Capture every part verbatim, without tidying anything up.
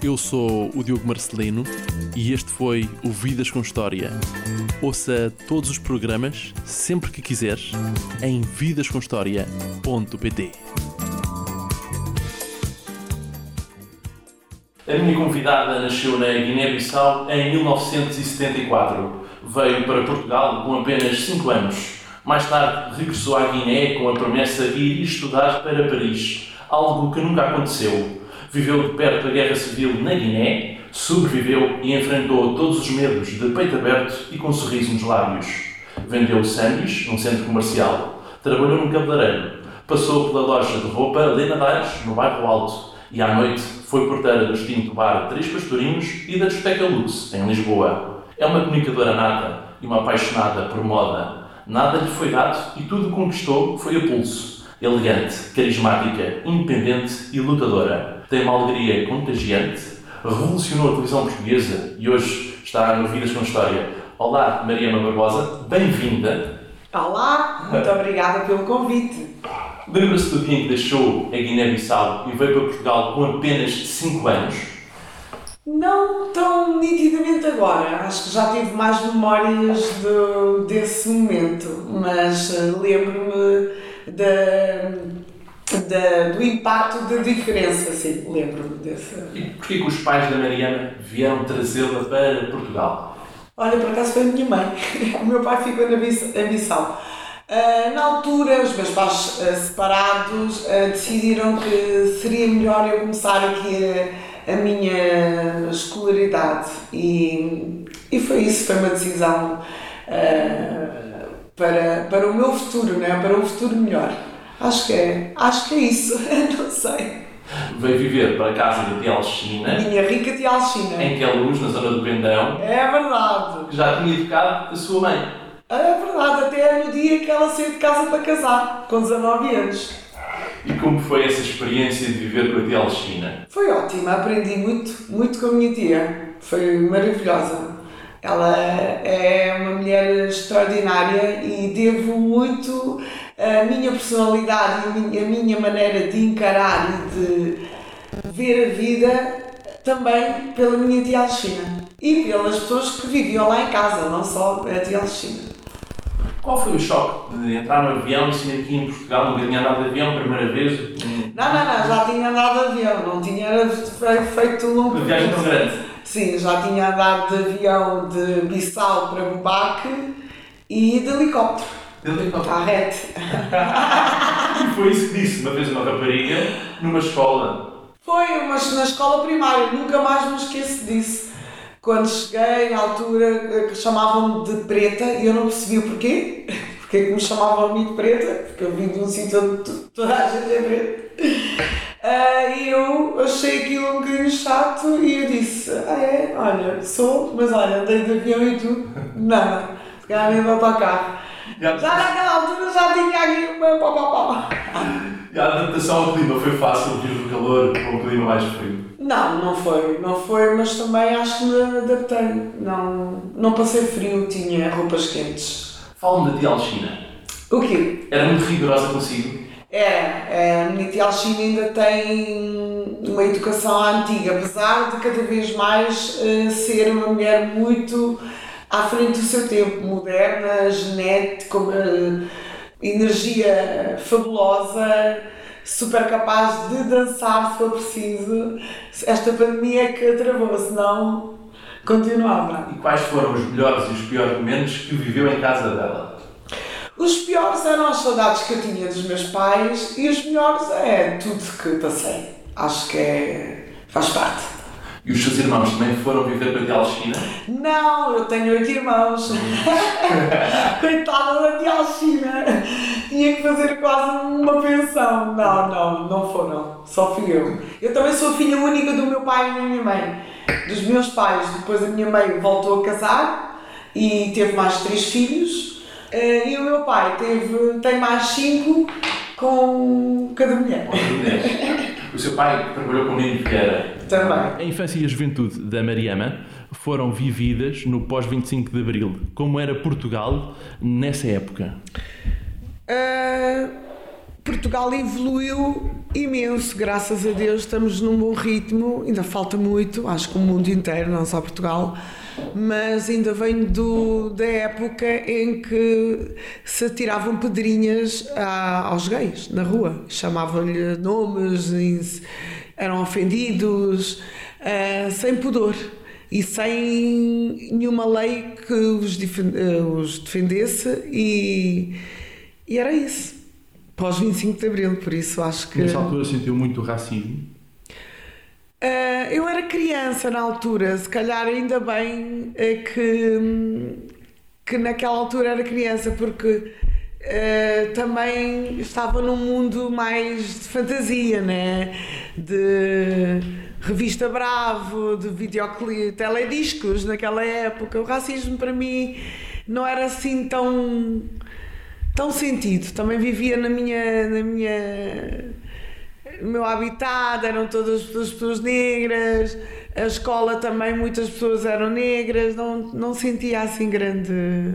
Eu sou o Diogo Marcelino e este foi o Vidas com História. Ouça todos os programas, sempre que quiseres, em vidas com história ponto pt. A minha convidada nasceu na Guiné-Bissau em mil novecentos e setenta e quatro. Veio para Portugal com apenas cinco anos. Mais tarde regressou à Guiné com a promessa de ir estudar para Paris, algo que nunca aconteceu. Viveu de perto a Guerra Civil na Guiné, sobreviveu e enfrentou todos os medos de peito aberto e com um sorriso nos lábios. Vendeu sanduíches num centro comercial, trabalhou num cabeleireiro, passou pela loja de roupa Lena Dares, no bairro Alto, e à noite foi porteira do extinto bar Três Pastorinhos e da discoteca Lux, em Lisboa. É uma comunicadora nata e uma apaixonada por moda. Nada lhe foi dado e tudo o que conquistou foi a pulso. Elegante, carismática, independente e lutadora. Tem uma alegria contagiante, revolucionou a televisão portuguesa e hoje está no Vidas com História. Olá, Mariana Barbosa, bem-vinda. Olá, muito obrigada pelo convite. Lembra-se do dia em que deixou a Guiné-Bissau e veio para Portugal com apenas cinco anos? Não tão nitidamente agora, acho que já tive mais memórias de, desse momento, mas uh, lembro-me de, de, do impacto da diferença, sim, lembro-me desse. E porquê que os pais da Mariana vieram trazê-la para Portugal? Olha, por acaso foi a minha mãe, o meu pai ficou na Bissau. Uh, na altura, os meus pais uh, separados uh, decidiram que seria melhor eu começar aqui a, a minha escolaridade e, e foi isso, foi uma decisão uh, para, para o meu futuro, né? Para um futuro melhor. Acho que é, acho que é isso, não sei. Veio viver para a casa da tia Alcina. Minha rica tia Alcina. Em Queluz, na zona do Pendão. É verdade. Que já tinha educado a sua mãe. É verdade, até no dia que ela saiu de casa para casar, com dezanove anos. E como foi essa experiência de viver com a tia Alcina? Foi ótima, aprendi muito, muito com a minha tia. Foi maravilhosa. Ela é uma mulher extraordinária e devo muito a minha personalidade e a minha, a minha maneira de encarar e de ver a vida também pela minha tia Alcina. E pelas pessoas que viviam lá em casa, não só a tia Alcina. Qual foi o choque de entrar no avião e sair aqui em Portugal? Nunca tinha andado de avião, primeira vez? Não, não, não, já tinha andado de avião, não tinha feito um... Uma viagem tão grande? Sim, já tinha andado de avião de Bissau para Bubaque e de helicóptero. De helicóptero? Arrete. E foi isso que disse uma vez uma rapariga numa escola? Foi, mas na escola primária, nunca mais me esqueço disso. Quando cheguei, à altura que chamavam-me de preta, e eu não percebi o porquê. Porque que me chamavam a mim de preta, porque eu vim de um sítio onde toda a gente é preta. Uh, e eu achei aquilo um bocadinho chato e eu disse, ah é, olha, sou, mas olha, andei de avião e tu, nada, se calhar nem de autocarro. Já naquela altura já tinha aqui uma pá pá pá. E a adaptação ao clima foi fácil, vir do calor para um clima mais frio? Não, não foi, não foi, mas também acho que me adaptei. Não, não passei frio, tinha roupas quentes. Fala-me da tia Alcina. O quê? Era muito rigorosa consigo? É, a minha tia Alcina ainda tem uma educação antiga, apesar de cada vez mais uh, ser uma mulher muito à frente do seu tempo, moderna, genética, com uh, energia fabulosa, super capaz de dançar se for preciso. Esta pandemia é que a travou, senão continuava. E quais foram os melhores e os piores momentos que viveu em casa dela? Os piores eram as saudades que eu tinha dos meus pais e os melhores é tudo que passei. Acho que é, faz parte. E os seus irmãos também foram viver com a tia Alcina? Não, eu tenho oito irmãos. Coitada da tia Alcina. Tinha que fazer quase uma pensão. Não, não, não foram. Só fui eu. Eu também sou a filha única do meu pai e da minha mãe. Dos meus pais. Depois a minha mãe voltou a casar e teve mais três filhos. Uh, e o meu pai teve, tem mais cinco com cada mulher. O seu pai trabalhou com o Nino Vieira. Também. A infância e a juventude da Mariana foram vividas no pós vinte e cinco de Abril. Como era Portugal nessa época? Uh, Portugal evoluiu imenso, graças a Deus estamos num bom ritmo, ainda falta muito, acho que o mundo inteiro, não só Portugal, mas ainda venho do, da época em que se atiravam pedrinhas a, aos gays na rua, chamavam-lhe nomes, eram ofendidos, uh, sem pudor e sem nenhuma lei que os, os defendesse, e, e era isso. Pós vinte e cinco de Abril, por isso acho que... Nessa altura sentiu muito racismo? Uh, eu era criança na altura, se calhar ainda bem é que, que naquela altura era criança, porque uh, também estava num mundo mais de fantasia, né? De revista Bravo, de videoclipe, telediscos naquela época. O racismo para mim não era assim tão... tão sentido. Também vivia na minha, na minha, no meu habitat, eram todas as pessoas negras, a escola também muitas pessoas eram negras, não, não sentia assim grande...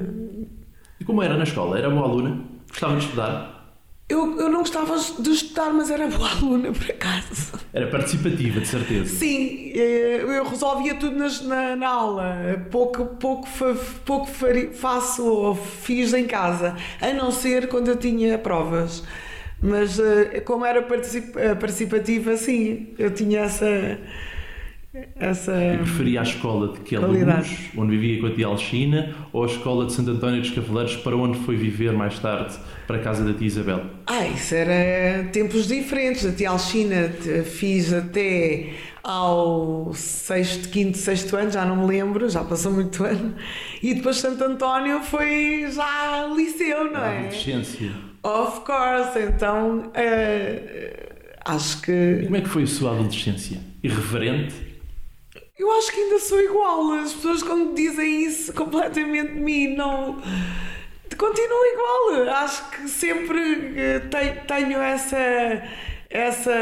E como era na escola? Era boa aluna? Gostava de estudar? Eu, eu não gostava de estudar, mas era boa aluna, por acaso. Era participativa, de certeza. Sim, eu resolvia tudo nas, na, na aula. Pouco, pouco, pouco faço ou fiz em casa, a não ser quando eu tinha provas. Mas como era participativa, sim, eu tinha essa... essa e preferia a escola de que alunos, onde vivia com a tia Alcina, ou a escola de Santo António dos Cavaleiros, para onde foi viver mais tarde, para a casa da tia Isabel? Ah, isso era tempos diferentes. A tia Alcina fiz até ao sexto, quinto, sexto ano, já não me lembro, já passou muito ano, e depois Santo António foi já liceu, não é? A adolescência. Of course, então uh, acho que... E como é que foi a sua adolescência? Irreverente? Eu acho que ainda sou igual. As pessoas quando dizem isso completamente de mim, não... Continuo igual. Acho que sempre tenho essa... essa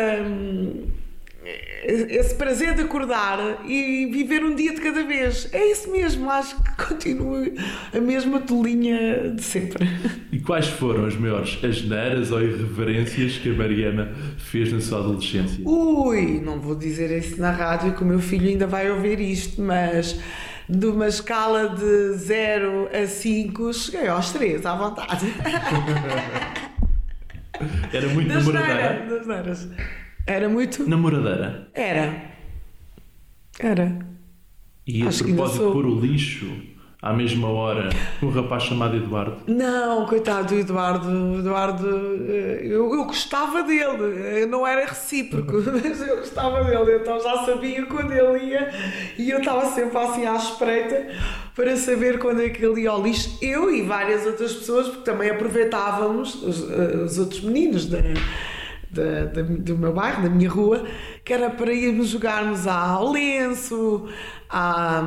esse prazer de acordar e viver um dia de cada vez. É isso mesmo. Acho que continuo a mesma tolinha de sempre. E quais foram as maiores asneiras ou irreverências que a Mariana fez na sua adolescência? Ui, não vou dizer isso na rádio, que o meu filho ainda vai ouvir isto, mas de uma escala de zero a cinco cheguei aos três, à vontade. Era muito namoradeira? Das neiras. Era muito... Namoradeira? Era. Era. E a propósito de pôr o lixo à mesma hora com um rapaz chamado Eduardo? Não, coitado do Eduardo. Eduardo, eu, eu gostava dele, não era recíproco, mas eu gostava dele, então já sabia quando ele ia e eu estava sempre assim à espreita para saber quando é que ele ia ao lixo. Eu e várias outras pessoas, porque também aproveitávamos, os, os outros meninos da, da, da, do meu bairro, da minha rua, que era para irmos jogarmos ao lenço, à...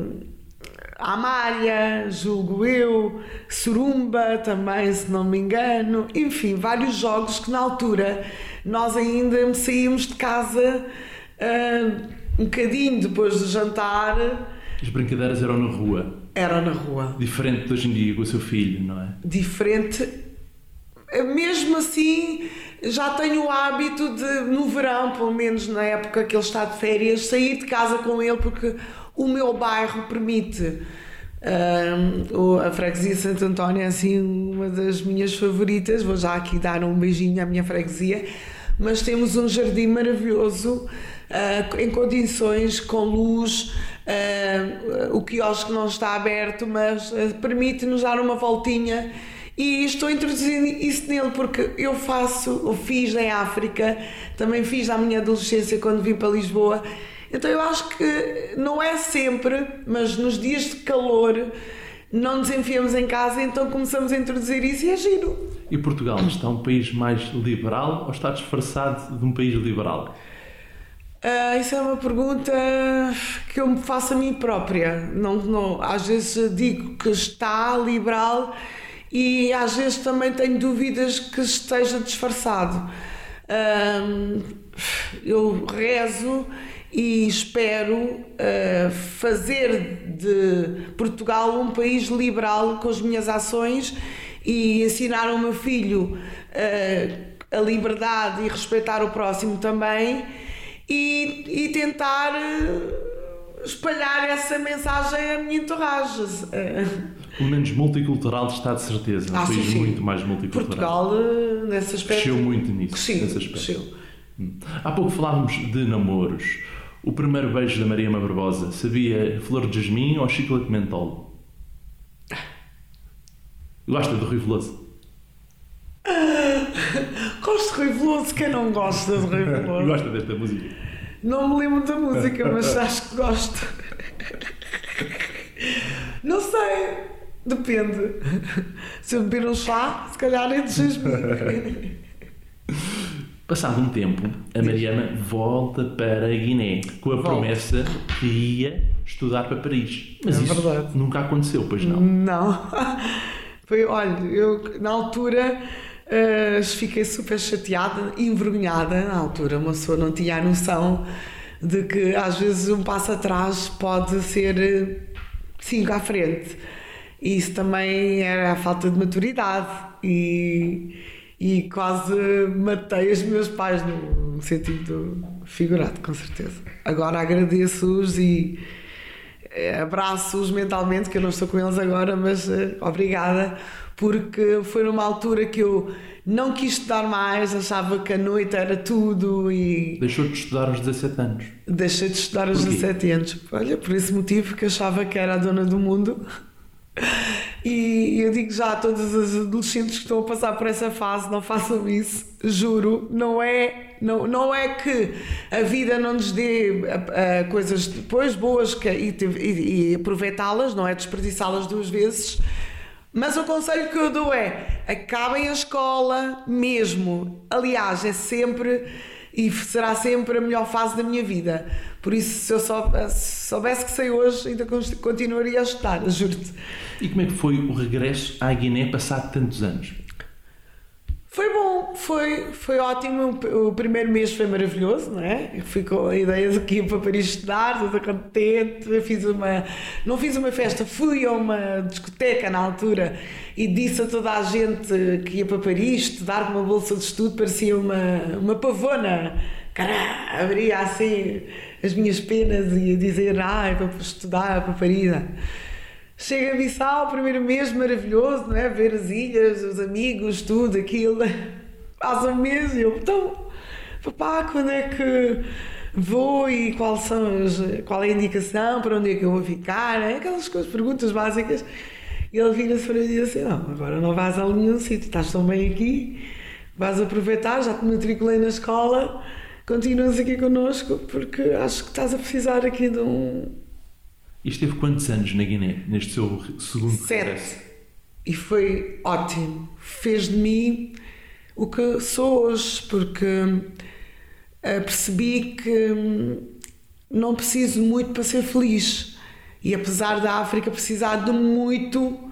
à malha, julgo eu, surumba também, se não me engano, enfim, vários jogos que na altura nós ainda saímos de casa uh, um bocadinho depois do jantar. As brincadeiras eram na rua? Eram na rua. Diferente de hoje em dia com o seu filho, não é? Diferente. Mesmo assim, já tenho o hábito de, no verão, pelo menos na época que ele está de férias, sair de casa com ele, porque o meu bairro permite. Um, a freguesia Santo António é assim uma das minhas favoritas. Vou já aqui dar um beijinho à minha freguesia, mas temos um jardim maravilhoso, uh, em condições, com luz, uh, o quiosque não está aberto, mas uh, permite-nos dar uma voltinha. E estou introduzindo isso nele porque eu faço, eu fiz em África, também fiz na minha adolescência quando vim para Lisboa. Então eu acho que não é sempre, mas nos dias de calor não nos enfiamos em casa, então começamos a introduzir isso e é giro. E Portugal está um país mais liberal ou está disfarçado de um país liberal? Uh, isso é uma pergunta que eu me faço a mim própria. Não, não, às vezes digo que está liberal e às vezes também tenho dúvidas que esteja disfarçado. Uh, eu rezo e espero uh, fazer de Portugal um país liberal com as minhas ações e ensinar ao meu filho uh, a liberdade e respeitar o próximo também e, e tentar espalhar essa mensagem à minha entourage. Pelo menos multicultural está de certeza, um ah, país sim, sim. muito mais multicultural. Portugal, nesse aspecto... Cresceu muito nisso, Cresceu, nesse aspecto. Cresceu. Hum. Há pouco falávamos de namoros. O primeiro beijo da Mariama Barbosa sabia flor de jasmim ou chiclete de mentol? Gosta do Rui Veloso? Gosto de Rui Veloso, quem não gosta de Rui Veloso? Gosta desta música? Não me lembro da música, mas acho que gosto. Não sei, depende. Se eu beber um chá, se calhar é de jasmim. Passado um tempo, a Mariama volta para a Guiné com a Volta. promessa que ia estudar para Paris. Mas É isso verdade. nunca aconteceu, pois não? Não. Foi, olha, eu na altura uh, fiquei super chateada, envergonhada na altura. Uma pessoa não tinha a noção de que às vezes um passo atrás pode ser cinco à frente. E isso também era a falta de maturidade e, e quase matei os meus pais no sentido figurado, com certeza. Agora agradeço-os e abraço-os mentalmente, que eu não estou com eles agora, mas uh, obrigada, porque foi numa altura que eu não quis estudar mais, achava que a noite era tudo e... Deixou de estudar aos dezassete anos? Deixei de estudar aos Porquê? dezassete anos. Olha, por esse motivo que achava que era a dona do mundo. E eu digo já a todos os adolescentes que estão a passar por essa fase, não façam isso, juro, não é, não, não é que a vida não nos dê uh, uh, coisas depois boas que, e, e, e aproveitá-las, não é desperdiçá-las duas vezes, mas o conselho que eu dou é, acabem a escola mesmo, aliás, é sempre e será sempre a melhor fase da minha vida, por isso se eu soubesse, soubesse que sei hoje ainda continuaria a estudar, juro-te. E como é que foi o regresso à Guiné passado tantos anos? Foi bom, foi, foi ótimo, o primeiro mês foi maravilhoso, não é? Eu fui com a ideia de que ia para Paris estudar, toda contente, eu fiz uma, não fiz uma festa, fui a uma discoteca na altura e disse a toda a gente que ia para Paris estudar com uma bolsa de estudo, parecia uma, uma pavona, cara, abria assim as minhas penas e ia dizer, ah, é para estudar para Paris. Chega a Bissau, o primeiro mês maravilhoso, não é? Ver as ilhas, os amigos, tudo aquilo. Passa um mês e eu, então, papá, quando é que vou e qual, são as, qual é a indicação, para onde é que eu vou ficar? É? Aquelas coisas, perguntas básicas. E ele vira-se para mim e diz assim, não, agora não vais a nenhum sítio, estás tão bem aqui, vais aproveitar, já te matriculei na escola, continuas aqui connosco, porque acho que estás a precisar aqui de um... E esteve quantos anos na Guiné, neste seu segundo regresso? Sete. E foi ótimo. Fez de mim o que sou hoje, porque uh, percebi que um, não preciso muito para ser feliz. E apesar da África precisar de muito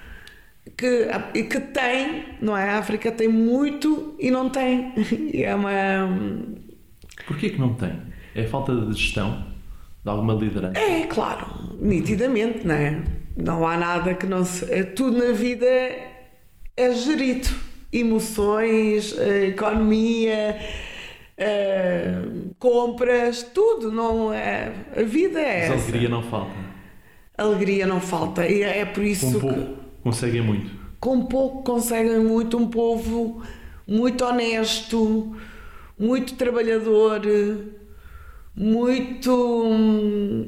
que, que tem, não é? A África tem muito e não tem. E é uma... Porquê que não tem? É a falta de gestão? De alguma liderança? É, claro, nitidamente, não é? Não há nada que não se... É, tudo na vida é gerido. Emoções, economia, é, compras, tudo. Não é, a vida é Mas essa. alegria não falta. Alegria não falta. E é por isso com pouco que... conseguem muito. Com pouco conseguem muito. Um povo muito honesto, muito trabalhador... muito hum,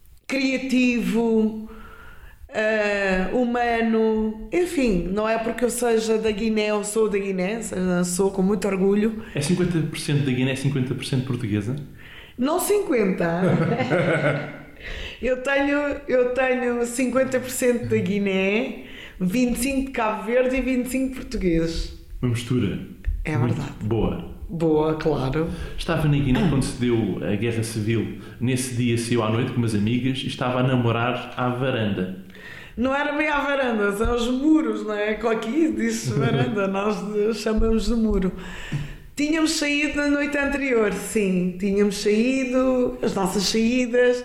criativo, uh, humano, enfim, não é porque eu seja da Guiné ou sou da Guiné, sou com muito orgulho. É cinquenta por cento da Guiné, cinquenta por cento portuguesa? Não cinquenta por cento. eu, tenho, eu tenho cinquenta por cento da Guiné, vinte e cinco por cento de Cabo Verde e vinte e cinco por cento português. Uma mistura. É verdade. Boa. Boa, claro. Estava na Guiné quando se deu a Guerra Civil. Nesse dia saiu à noite com umas amigas e estava a namorar à varanda. Não era bem à varanda, são os muros, não é? Aqui diz varanda, nós chamamos de muro. Tínhamos saído na noite anterior, sim. Tínhamos saído, as nossas saídas,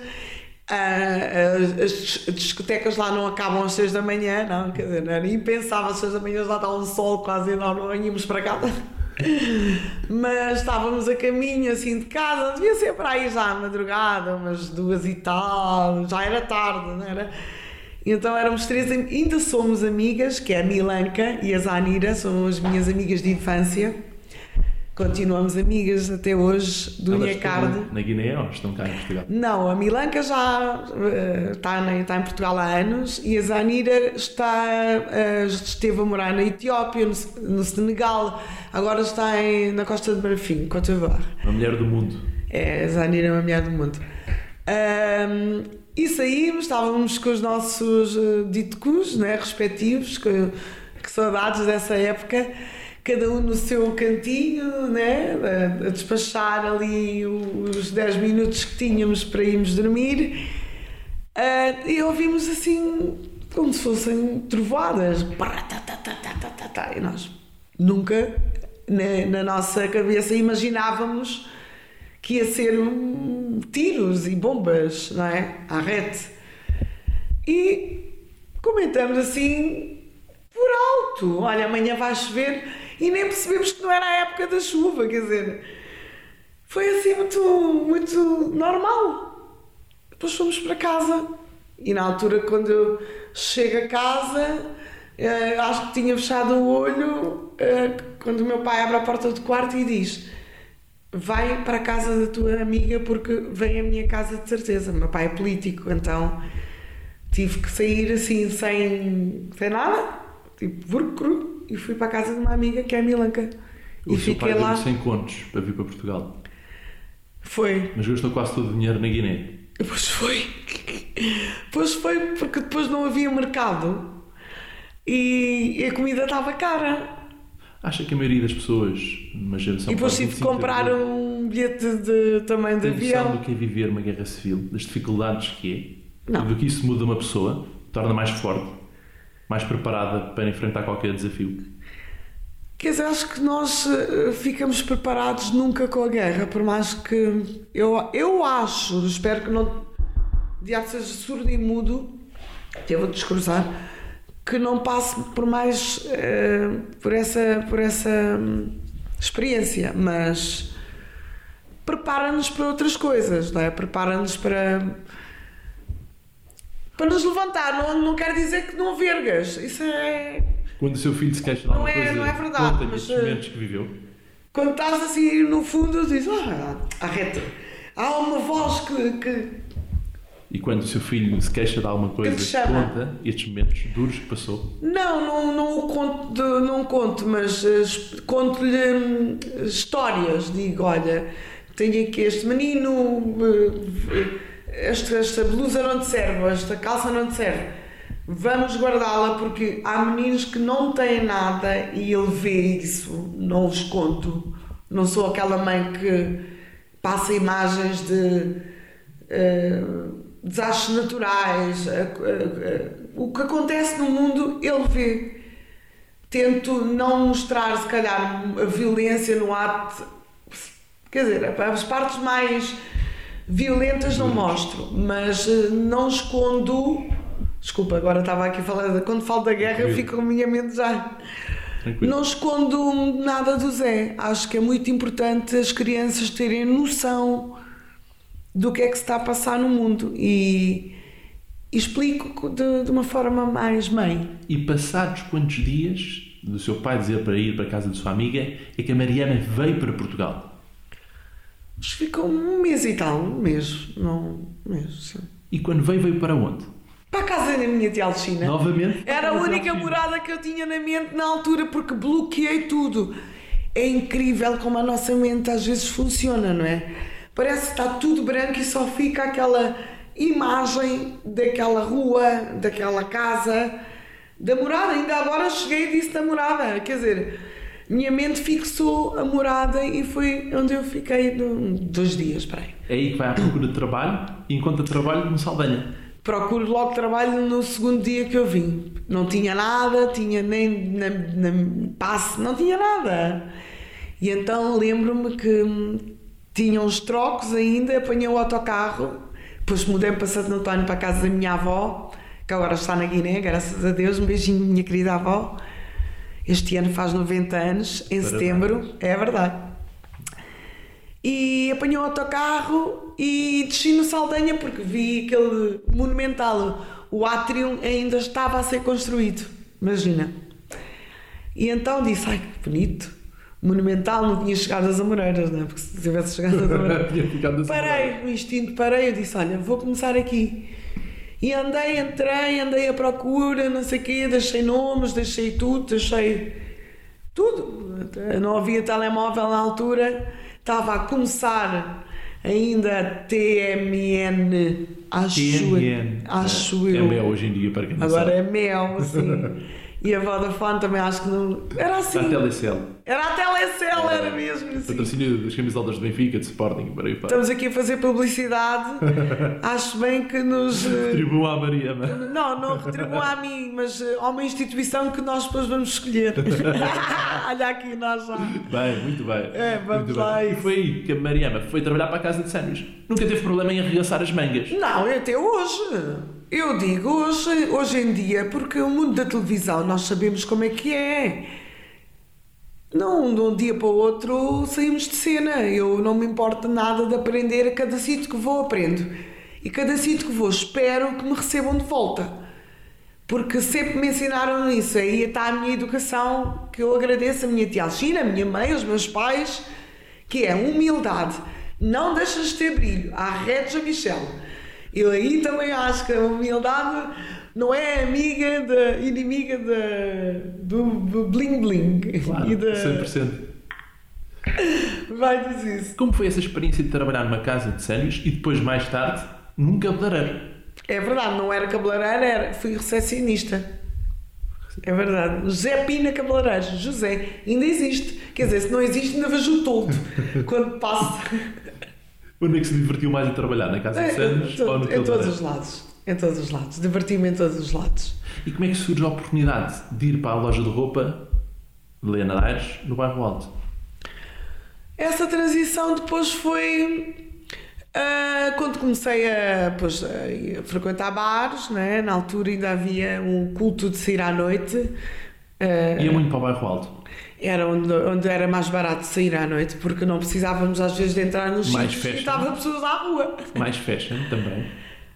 as discotecas lá não acabam às seis da manhã, não, quer dizer, não era impensável às seis da manhã, lá está um sol quase enorme, não íamos para casa. Mas estávamos a caminho assim de casa, devia ser para aí já à madrugada, umas duas e tal, já era tarde, não era? Então éramos três, ainda somos amigas, que é a Milanka e a Zanira, são as minhas amigas de infância. Continuamos amigas até hoje, do Inhacarde. Na Guiné ou estão cá em Portugal? Não, a Milanka já uh, está, na, está em Portugal há anos e a Zanira está, uh, esteve a morar na Etiópia, no, no Senegal, agora está em, na Costa de Marfim, Côte d'Ivoire. Uma mulher do mundo. É, a Zanira é uma mulher do mundo. Um, e saímos, estávamos com os nossos uh, ditcus, né, respectivos, que, que saudades dessa época. Cada um no seu cantinho, né? a, a despachar ali os dez minutos que tínhamos para irmos dormir, uh, e ouvimos assim como se fossem trovoadas, e nós nunca na, na nossa cabeça imaginávamos que ia ser um, tiros e bombas, não é? À rete. E comentamos assim por alto, olha, amanhã vai chover. E nem percebemos que não era a época da chuva, quer dizer, foi assim muito, muito normal. Depois fomos para casa e na altura quando eu chego a casa, eh, acho que tinha fechado o olho, eh, quando o meu pai abre a porta do quarto e diz: vai para a casa da tua amiga porque vem a minha casa de certeza. O meu pai é político, então tive que sair assim sem, sem nada, tipo burcru. E fui para a casa de uma amiga que é a Milanka. O e seu fiquei pai lá. deu cem contos para vir para Portugal. Foi. Mas gastou quase todo o dinheiro na Guiné. Pois foi. Pois foi, porque depois não havia mercado e a comida estava cara. Acha que a maioria das pessoas, numa geração... E depois tive que comprar um bilhete de tamanho de avião. Tem noção do que é viver uma guerra civil, das dificuldades que é? Não. Do que isso muda uma pessoa, torna mais forte, mais preparada para enfrentar qualquer desafio? Quer dizer, acho que nós uh, ficamos preparados nunca com a guerra, por mais que eu, eu acho, espero que não diabo seja surdo e mudo, eu vou descruzar, que não passe por mais uh, por essa, por essa um, experiência, mas prepara-nos para outras coisas, não é? Prepara-nos para para nos levantar. Não, não quer dizer que não vergas, isso é... Quando o seu filho se queixa de alguma não é, coisa, não é verdade, conta-lhe mas, estes momentos que viveu. Quando estás assim no fundo, dizes: ah, arreta, há uma voz que, que... E quando o seu filho se queixa de alguma coisa, conta estes momentos duros que passou? Não, não, não o conto, de, não conto, mas uh, conto-lhe hum, histórias. Digo: olha, tenho aqui este menino, uh, esta, esta blusa não te serve, esta calça não te serve, vamos guardá-la, porque há meninos que não têm nada e ele vê isso, não os conto. Não sou aquela mãe que passa imagens de uh, desastres naturais, uh, uh, uh, o que acontece no mundo ele vê. Tento não mostrar, se calhar, a violência no ato, quer dizer, as partes mais violentas não mostro, mas uh, não escondo. Desculpa, agora estava aqui a falar, quando falo da guerra eu fico com a minha mente já. Tranquilo. Não escondo nada do Zé. Acho que é muito importante as crianças terem noção do que é que se está a passar no mundo e, e explico de, de uma forma mais mãe. E passados quantos dias do seu pai dizer para ir para a casa de sua amiga é que a Mariana veio para Portugal? Acho que ficou um mês e tal, um mês, não, um mês, sim. E quando veio, veio para onde? Para a casa da minha tia Alcina. Novamente? Era a única morada que eu tinha na mente na altura, porque bloqueei tudo. É incrível como a nossa mente às vezes funciona, não é? Parece que está tudo branco e só fica aquela imagem daquela rua, daquela casa, da morada. Ainda agora cheguei e disse da morada. Quer dizer, minha mente fixou a morada e foi onde eu fiquei dois dias, para aí. É aí que vai à procura de trabalho e encontra trabalho no Saldanha. Procuro logo trabalho no segundo dia que eu vim. Não tinha nada, tinha nem na, na passe, não tinha nada. E então lembro-me que tinha uns trocos ainda, apanhei o autocarro, depois mudei-me para Santo António, para a casa da minha avó, que agora está na Guiné, graças a Deus, um beijinho, minha querida avó. Este ano faz noventa anos, em Parabéns. setembro, é verdade. E apanhei o autocarro e desci no Saldanha porque vi aquele monumental, o átrio ainda estava a ser construído, imagina. E então disse, ai que bonito, monumental, não tinha chegado às Amoreiras, não é? Porque se tivesse chegado às Amoreiras... Parei, no instinto parei, eu disse, olha, vou começar aqui. E andei, entrei, andei à procura, não sei o quê, deixei nomes, deixei tudo, deixei tudo. Não havia telemóvel na altura, estava a começar ainda a T M N, acho, T M N. acho é, eu. É Mel hoje em dia, para quem não Agora sabe. é Mel, assim. E a Vodafone também acho que não... Era assim. A Telecel. Era a Telecel, era mesmo assim. Patrocínio das camisolas de Benfica, de Sporting, para aí fora. Estamos aqui a fazer publicidade. Acho bem que nos... Retribuam à Maria, mas... Não, não retribuam a mim, mas uh, a uma instituição que nós depois vamos escolher. Olha aqui, nós já. Bem, muito bem. É, vamos muito lá. Bem. E foi aí que a Mariana foi trabalhar para a casa de Sandwich. Nunca teve problema em arregaçar as mangas. Não, até hoje. Eu digo hoje, hoje em dia, porque o mundo da televisão nós sabemos como é que é. Não, de um dia para o outro saímos de cena. Eu não me importo nada de aprender. A cada sítio que vou aprendo. E cada sítio que vou espero que me recebam de volta. Porque sempre me ensinaram isso. Aí está a minha educação, que eu agradeço a minha tia Alcina, a minha mãe, os meus pais, que é humildade. Não deixas de ter brilho. Há Regia Michel. Eu aí também acho que a humildade não é amiga da inimiga da, do, do bling bling. Claro, e da... cem por cento. Vai dizer isso. Como foi essa experiência de trabalhar numa casa de Sandwich e depois, mais tarde, num cabeleireiro? É verdade, não era cabeleireiro, era, fui recepcionista. É verdade. José Pina Cabeleireiros. José. Ainda existe. Quer dizer, se não existe, ainda vejo o todo. Quando passo... Onde é que se divertiu mais a trabalhar? Na casa de Sandwich ou no Em todos cabeleireiro? os lados. Em todos os lados. Diverti-me em todos os lados. E como é que surge a oportunidade de ir para a loja de roupa de Helena Aires, no bairro Alto? Essa transição depois foi... Uh, quando comecei a, pois, a frequentar bares, né? Na altura ainda havia um culto de sair à noite. Uh, Ia muito para o bairro Alto? Era onde, onde era mais barato sair à noite, porque não precisávamos às vezes de entrar nos Mais sítios fashion. e estava pessoas à rua. Mais fashion também.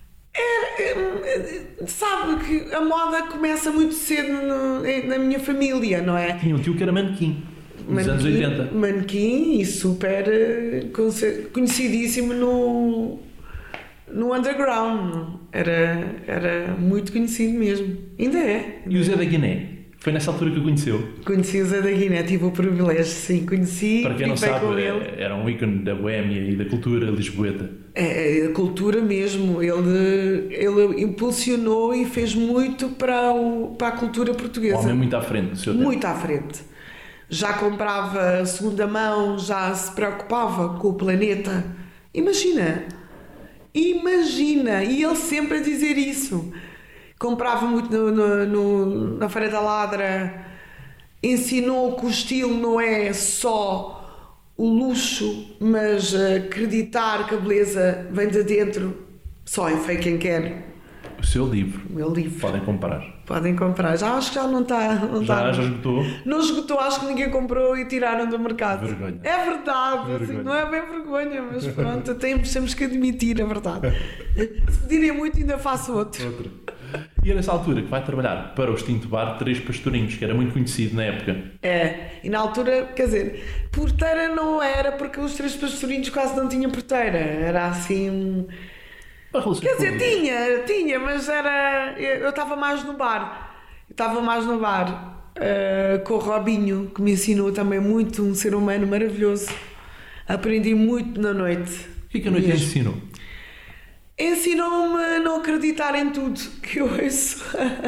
É, sabe que a moda começa muito cedo no, na minha família, não é? Tinha um tio que era manequim, nos anos Manequim- oitenta. Manequim e super eh, conce- conhecidíssimo no, no underground. Era, era muito conhecido mesmo. Ainda é. E o Zé da Guiné? Foi nessa altura que o conheceu. Conheci o Zé da Guiné, tive o privilégio, sim, conheci. Para quem não fiquei sabe, com ele. era um ícone da boémia e da cultura lisboeta. É, a cultura mesmo, ele, ele impulsionou e fez muito para, o, para a cultura Um portuguesa. homem muito à frente do seu tempo. Muito à frente. Já comprava segunda mão, já se preocupava com o planeta. Imagina, imagina, e ele sempre a dizer isso. Comprava muito no, no, no, na Feira da Ladra, ensinou que o estilo não é só o luxo, mas acreditar que a beleza vem de dentro. Só em Fei quem quer. O seu livro. O meu livro. Podem comprar. Podem comprar. Já acho que já não está. Não Já, está. já esgotou? Não esgotou, acho que ninguém comprou e tiraram do mercado. Vergonha. É verdade, Vergonha. assim, não é bem vergonha, mas pronto, temos, temos que admitir a verdade. Se pedirem muito, ainda faço outro. Outro. E é nessa altura que vai trabalhar para o extinto bar Três Pastorinhos, que era muito conhecido na época. É, e na altura, quer dizer, porteira não era, porque os Três Pastorinhos quase não tinham porteira. Era assim. Para relações Quer dizer, públicas. tinha, tinha, mas era. Eu estava mais no bar. Eu estava mais no bar uh, com o Robinho, que me ensinou também muito, um ser humano maravilhoso. Aprendi muito na noite. O que é que a noite lhe Mesmo. ensinou? Ensinou-me a não acreditar em tudo que eu ouço.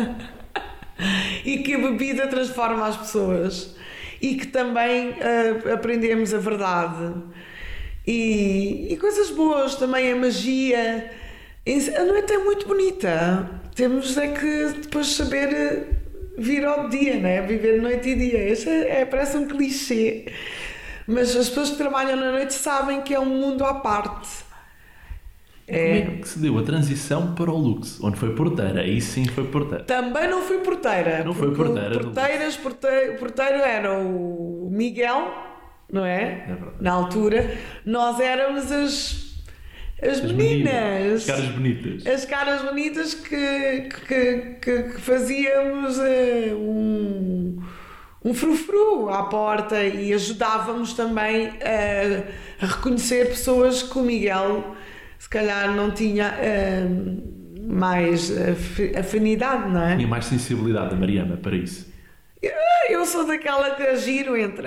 E que a bebida transforma as pessoas. E que também uh, aprendemos a verdade. E, e coisas boas, também a magia. A noite é muito bonita. Temos é que depois saber vir ao dia, né? Viver noite e dia. Isso é, é, parece um clichê. Mas as pessoas que trabalham na noite sabem que é um mundo à parte. É... Como é que se deu a transição para o Lux? Onde foi porteira? Aí sim foi porteira. Também não fui porteira. Não foi porteira. Porteiras, porteiro, porteiro era o Miguel, não é? É na altura. Nós éramos as, as, as meninas. meninas. As caras bonitas. As caras bonitas que, que, que, que fazíamos uh, um, um frufru à porta e ajudávamos também a, a reconhecer pessoas que o Miguel se calhar não tinha uh, mais afinidade, não é? Tinha mais sensibilidade a Mariana para isso. Eu sou daquela que giro entre.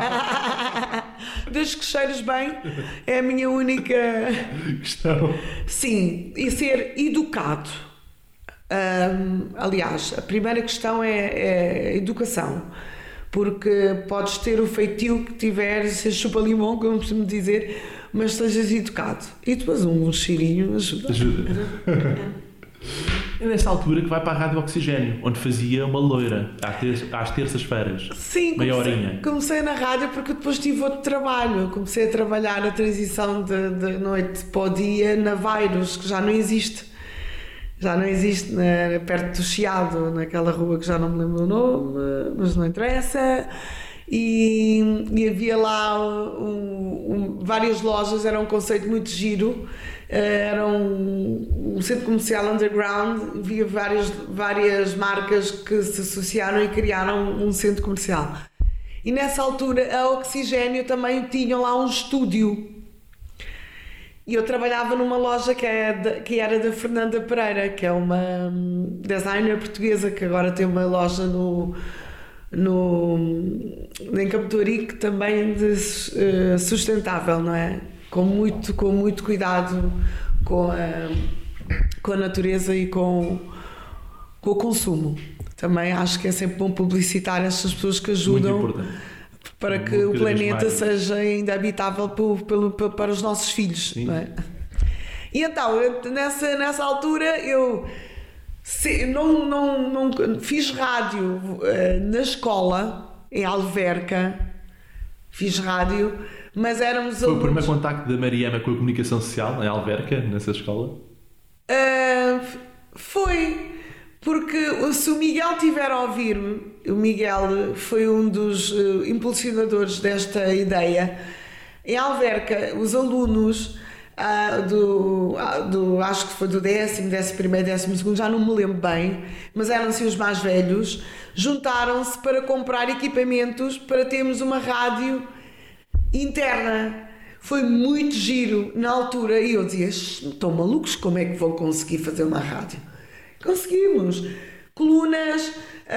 Desde que cheiros bem, é a minha única questão. Sim, e ser educado. Um, aliás, a primeira questão é, é a educação. Porque podes ter o feitio que tiveres, ser chupa-limão, como costumo dizer, mas sejas educado. E depois um cheirinho ajuda. Ajuda. É nessa altura que vai para a Rádio Oxigênio, onde fazia uma loira, às terças-feiras. Sim, meia comecei, horinha. Comecei na rádio porque depois tive outro trabalho. Comecei a trabalhar a transição de, de noite para o dia na Vairos, que já não existe. Já não existe na, perto do Chiado, naquela rua que já não me lembro o nome, mas não interessa. E, e havia lá um, um, várias lojas, era um conceito muito giro. Era um, um centro comercial underground, havia várias, várias marcas que se associaram e criaram um centro comercial. E nessa altura a Oxigênio também tinha lá um estúdio. E eu trabalhava numa loja que, é de, que era da Fernanda Pereira, que é uma designer portuguesa que agora tem uma loja no, no, em Campo de Ourique também de, uh, sustentável, não é? Com muito, com muito cuidado com a, com a natureza e com, com o consumo. Também acho que é sempre bom publicitar essas pessoas que ajudam para que o planeta seja ainda habitável pelo, pelo, para os nossos filhos. Não é? E então, eu, nessa, nessa altura, eu se, não, não, não, fiz rádio uh, na escola, em Alverca, fiz rádio. Mas éramos Foi alunos... o primeiro contacto da Mariana com a comunicação social em Alverca, nessa escola? Uh, foi, porque se o Miguel tiver a ouvir-me, o Miguel foi um dos uh, impulsionadores desta ideia. Em Alverca, os alunos uh, do, uh, do, acho que foi do décimo, décimo primeiro, décimo segundo, já não me lembro bem, mas eram assim os mais velhos, juntaram-se para comprar equipamentos para termos uma rádio interna. Foi muito giro na altura e eu dizia, estão malucos, como é que vão conseguir fazer uma rádio? Conseguimos colunas,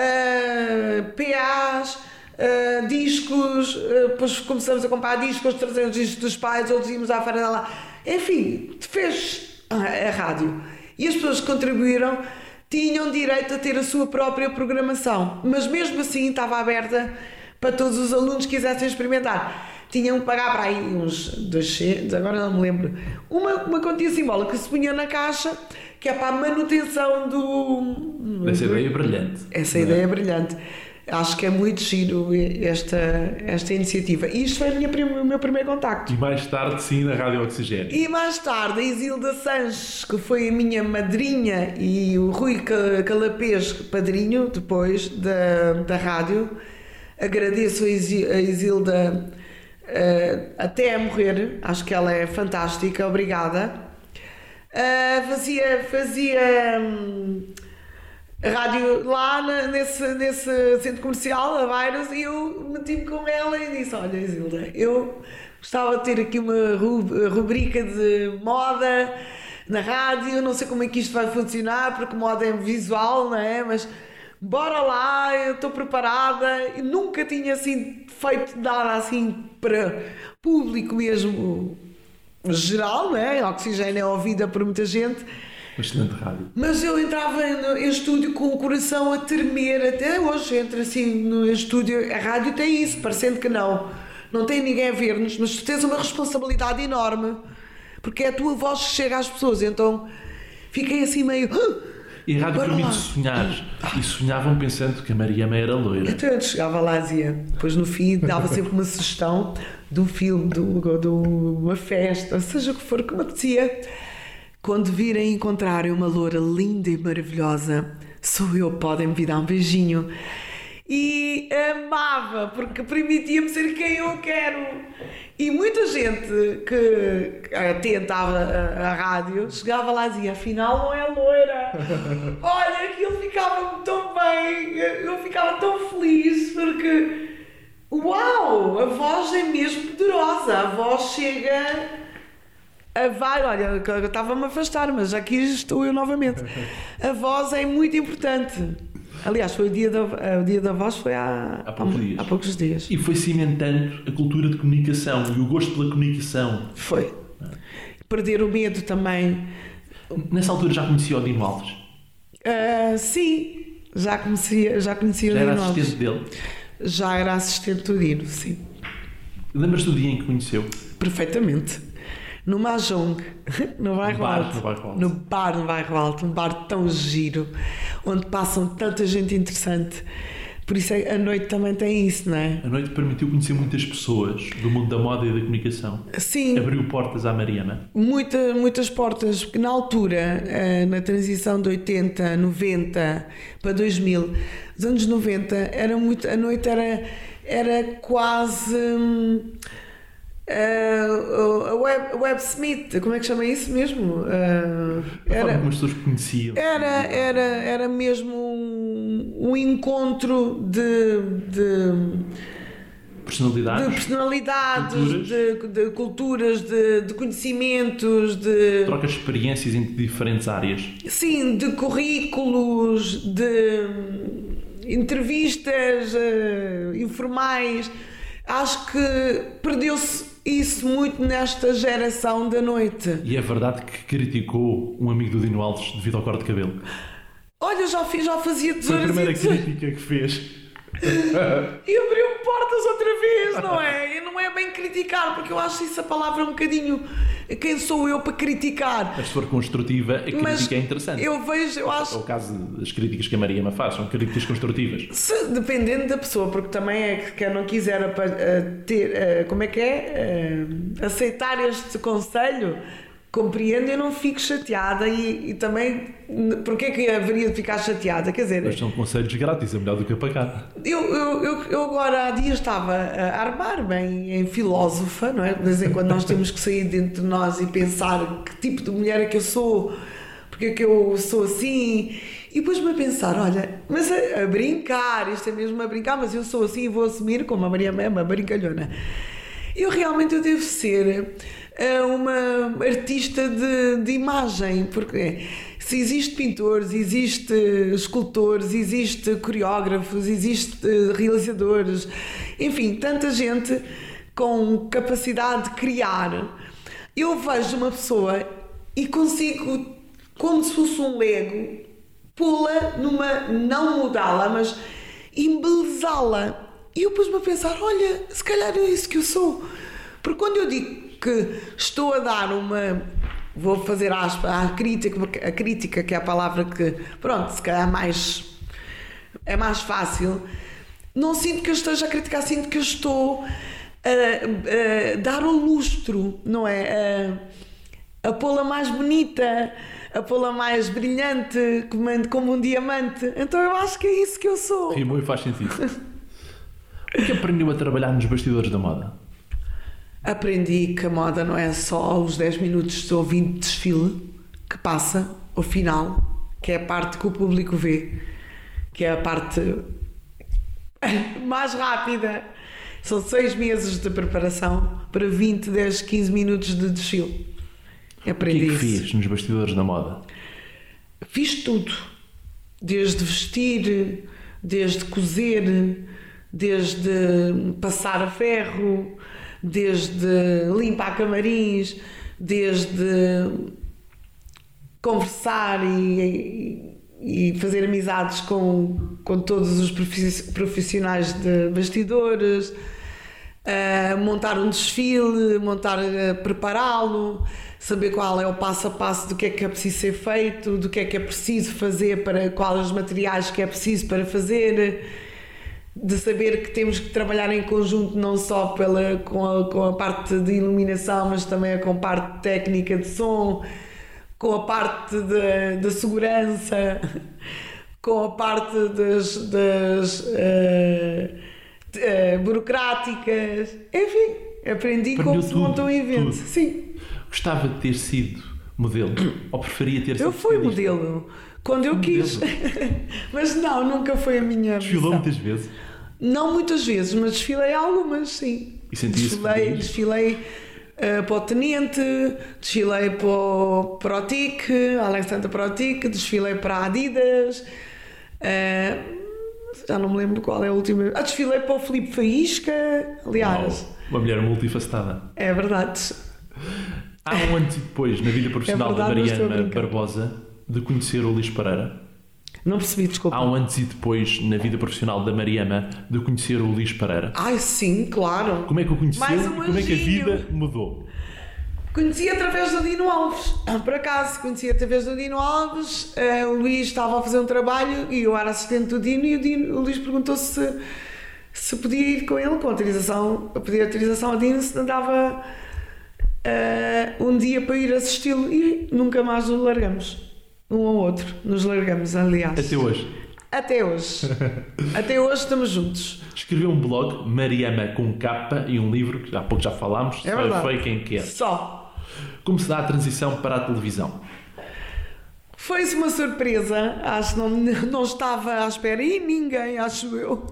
uh, P As, uh, discos, uh, depois começamos a comprar discos, trazemos discos dos pais, outros íamos à feira lá, enfim, fez a, a rádio e as pessoas que contribuíram tinham direito a ter a sua própria programação, mas mesmo assim estava aberta para todos os alunos que quisessem experimentar. Tinham que pagar para aí uns dois centos, agora não me lembro, uma, uma quantia simbólica que se punha na caixa, que é para a manutenção do... Essa do, ideia é brilhante. Essa ideia é brilhante. Acho que é muito giro esta, esta iniciativa. E isto foi a minha, o meu primeiro contacto. E mais tarde, sim, na Rádio Oxigênio. E mais tarde, a Isilda Sanches, que foi a minha madrinha, e o Rui Calapês, padrinho, depois da, da rádio. Agradeço a Isilda uh, até a morrer. Acho que ela é fantástica. Obrigada. Uh, fazia... fazia um, rádio lá na, nesse, nesse centro comercial, a Vairos, e eu meti-me com ela e disse, olha Isilda, eu gostava de ter aqui uma rubrica de moda na rádio, não sei como é que isto vai funcionar, porque moda é visual, não é? Mas bora lá, eu estou preparada, e nunca tinha assim feito nada assim para público mesmo geral, não é? A Oxigênio é ouvida por muita gente. Excelente rádio. Mas eu entrava no, em estúdio com o coração a tremer, até hoje entro assim no estúdio, a rádio tem isso, parecendo que não, não tem ninguém a ver-nos, mas tu tens uma responsabilidade enorme, porque é a tua voz que chega às pessoas, então fiquei assim meio... E a rádio permite sonhar, e sonhavam pensando que a Mariana era loira. Então eu chegava lá e dizia, depois no fim dava sempre uma sugestão do filme, de uma festa, seja o que for, que me apetecia. quando virem encontrarem uma loura linda e maravilhosa, sou eu, podem me vir dar um beijinho. E amava, porque permitia-me ser quem eu quero. E muita gente que atentava a, a rádio chegava lá e dizia: afinal não é loira. Olha, aquilo ficava-me tão bem, eu ficava tão feliz, porque uau, a voz é mesmo poderosa, a voz chega a vai, olha, eu estava-me a afastar, mas aqui estou eu novamente. A voz é muito importante. Aliás, foi o dia da, o dia da voz foi há, há, poucos, há, dias. há poucos dias. E foi cimentando a cultura de comunicação e o gosto pela comunicação. Foi. Ah. Perder o medo também. Nessa altura já conhecia o Dino Alves? Uh, sim, já conhecia, já conhecia já o Dino Alves. Já era assistente dele? Já era assistente do Dino, sim. Lembras-te do dia em que conheceu? Perfeitamente. No Mahjong, no bairro bar, Alto. No bairro Alto. No bar no bairro Alto, um bar tão giro, onde passam tanta gente interessante. Por isso a noite também tem isso, não é? A noite permitiu conhecer muitas pessoas do mundo da moda e da comunicação. Sim. Abriu portas à Mariana. Muita, muitas portas, porque na altura, na transição de oitenta, noventa para dois mil, os anos noventa, era muito, a noite era, era quase... Hum, Uh, a web, web Smith, como é que chama isso mesmo? Uh, era, como as pessoas conheciam. Era, era, era mesmo um, um encontro de, de personalidades, de, personalidades culturas, de, de, culturas de, de conhecimentos, de trocas de experiências em diferentes áreas. Sim, de currículos, de entrevistas uh, informais. Acho que perdeu-se isso muito nesta geração da noite. E é verdade que criticou um amigo do Dino Alves devido ao corte de cabelo? Olha, já, fiz, já fazia tesouras. Foi a primeira crítica que fez. E abriu-me portas outra vez, não é? E não é bem criticar, porque eu acho isso a palavra um bocadinho... Quem sou eu para criticar? Mas se for construtiva, a crítica Mas é interessante. Eu vejo, eu acho... É o caso das críticas que a Mariana faz, são críticas construtivas. Se, dependendo da pessoa, porque também é que quem não quiser a, a ter, a, como é que é? A, aceitar este conselho, compreendo, eu não fico chateada e, e também, porque é que haveria de ficar chateada? Quer dizer... Mas são conselhos grátis, é melhor do que a pagar. Eu, eu, eu, eu agora há dias estava a armar-me em, em filósofa, não é? De vez em quando nós temos que sair dentro de nós e pensar que tipo de mulher é que eu sou, porque é que eu sou assim, e depois-me a pensar, olha, mas a, a brincar, isto é mesmo a brincar, mas eu sou assim e vou assumir como a Maria Mema, brincalhona. Eu realmente eu devo ser uma artista de, de imagem, porque se existe pintores, existe escultores, existe coreógrafos, existe realizadores, enfim, tanta gente com capacidade de criar. Eu vejo uma pessoa e consigo, como se fosse um Lego, pô-la numa, não mudá-la, mas embelezá-la. E eu pus-me a pensar, olha, se calhar é isso que eu sou. Porque quando eu digo que estou a dar uma... Vou fazer aspas, a crítica, a crítica, que é a palavra que, pronto, se calhar mais, é mais fácil. Não sinto que eu esteja a criticar, sinto que eu estou a, a dar o lustro, não é? A, a pô-la mais bonita, a pô-la mais brilhante, como, como um diamante. Então eu acho que é isso que eu sou. Rimou e faz sentido. O que aprendeu a trabalhar nos bastidores da moda? Aprendi que a moda não é só os dez minutos ou vinte de desfile que passa ao final, que é a parte que o público vê, que é a parte mais rápida. São seis meses de preparação para vinte, dez, quinze minutos de desfile. Aprendi isso. O que é que isso. fiz nos bastidores da moda? Fiz tudo. Desde vestir, desde cozer, desde passar a ferro, desde limpar camarins, desde conversar e, e fazer amizades com, com todos os profissionais de bastidores, uh, montar um desfile, montar, uh, prepará-lo, saber qual é o passo a passo do que é que é preciso ser feito, do que é que é preciso fazer, para quais os materiais que é preciso para fazer, de saber que temos que trabalhar em conjunto não só pela, com, a, com a parte de iluminação, mas também com a parte técnica de som, com a parte da segurança, com a parte das, das uh, uh, burocráticas, enfim, aprendi Aprendeu como se tudo, monta um evento. tudo. Sim. Gostava de ter sido modelo ou preferia ter sido Eu fui estilista? modelo quando eu Modelo. quis, mas não, nunca foi a minha Desfilou missão. muitas vezes? Não muitas vezes, mas desfilei algumas, sim. E sentia-se Desfilei, feliz? desfilei uh, para o Tenente, desfilei para o, para o T I C, Alexandre para o T I C, desfilei para a Adidas, uh, já não me lembro qual é a última. Ah, desfilei para o Filipe Faísca, aliás. Uau, uma mulher multifacetada. É verdade. Há um antes e depois na vida profissional É verdade, da não estou a Mariana brincar. Barbosa de conhecer o Luís Pereira. Não percebi, desculpa. Há um antes e depois na vida profissional da Mariana de conhecer o Luís Pereira. Ai, sim, claro. Como é que o conheceu Mais e um como é que a anjinho. vida mudou? Conheci através do Dino Alves, por acaso, conheci através do Dino Alves, eh, o Luís estava a fazer um trabalho e eu era assistente do Dino e o, Dino, o Luís perguntou se, se podia ir com ele, com autorização, a pedir autorização ao Dino, se não dava eh, um dia para ir assisti-lo e nunca mais nos largamos, um ao outro, nos largamos, aliás. Até hoje. Até hoje. Até hoje estamos juntos. Escreveu um blog, Mariama com capa, e um livro, que há pouco já falámos, É só verdade. foi quem quer. Só. Como se dá a transição para a televisão? Foi-se uma surpresa, acho que não, não estava à espera, e ninguém, acho eu.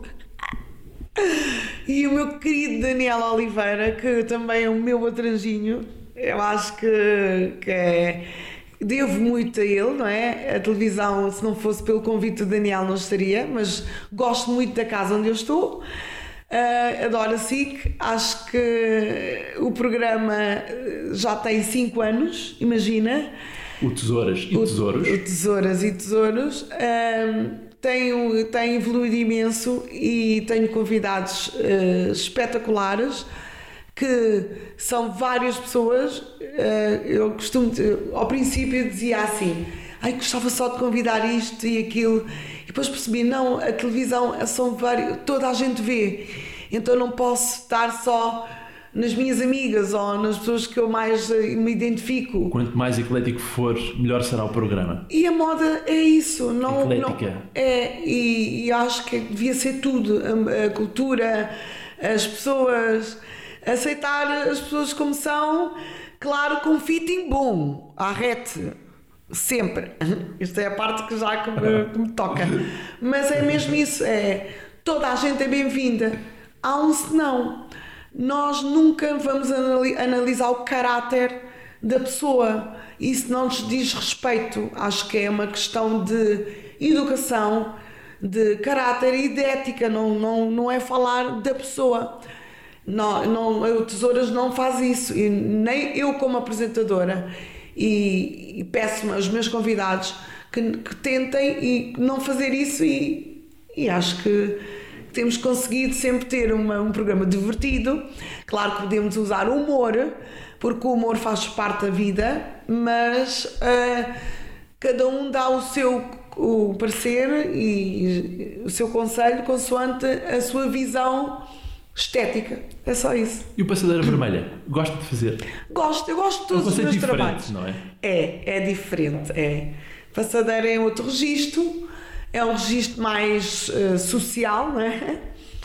E o meu querido Daniel Oliveira, que também é o meu outro anjinho, eu acho que, que é, devo muito a ele, não é? A televisão, se não fosse pelo convite do Daniel, não estaria, mas gosto muito da casa onde eu estou. Uh, adoro a S I C, acho que o programa já tem cinco anos, imagina. O Tesouras e O- Tesouros. O Tesouras e Tesouros. Um, tem, tem evoluído imenso e tenho convidados uh, espetaculares que são várias pessoas. Uh, eu costumo, ao princípio eu dizia assim, ai, gostava só de convidar isto e aquilo, e depois percebi, não, a televisão são vários, toda a gente vê, então não posso estar só nas minhas amigas ou nas pessoas que eu mais eh, me identifico. Quanto mais eclético for, melhor será o programa. E a moda é isso, não, não Eclética. é, e, e acho que devia ser tudo, a, a cultura, as pessoas, aceitar as pessoas como são, claro, com fitting bom, à rete, sempre. Isto é a parte que já que me, que me toca, mas é mesmo isso, é, toda a gente é bem-vinda, há um senão. Nós nunca vamos anali- analisar o caráter da pessoa. Isso não nos diz respeito. Acho que é uma questão de educação, de caráter e de ética. Não, não, não é falar da pessoa. Não, não, o Tesouras não faz isso. E nem eu como apresentadora. E, e peço aos meus convidados que, que tentem e não fazer isso. E, e acho que temos conseguido sempre ter uma, um programa divertido. Claro que podemos usar humor, porque o humor faz parte da vida, mas uh, cada um dá o seu o parecer e o seu conselho consoante a sua visão estética. É só isso. E o Passadeira Vermelha? Gosto de fazer? Gosto, eu gosto de É um todos os conceito meus diferente, trabalhos. não é? É, é diferente, é. Passadeira é outro registro, é um registro mais uh, social, não é?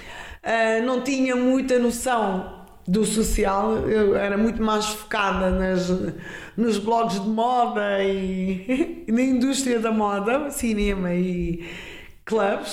Uh, não tinha muita noção do social, eu era muito mais focada nas, nos blogs de moda e, e na indústria da moda, cinema e clubes.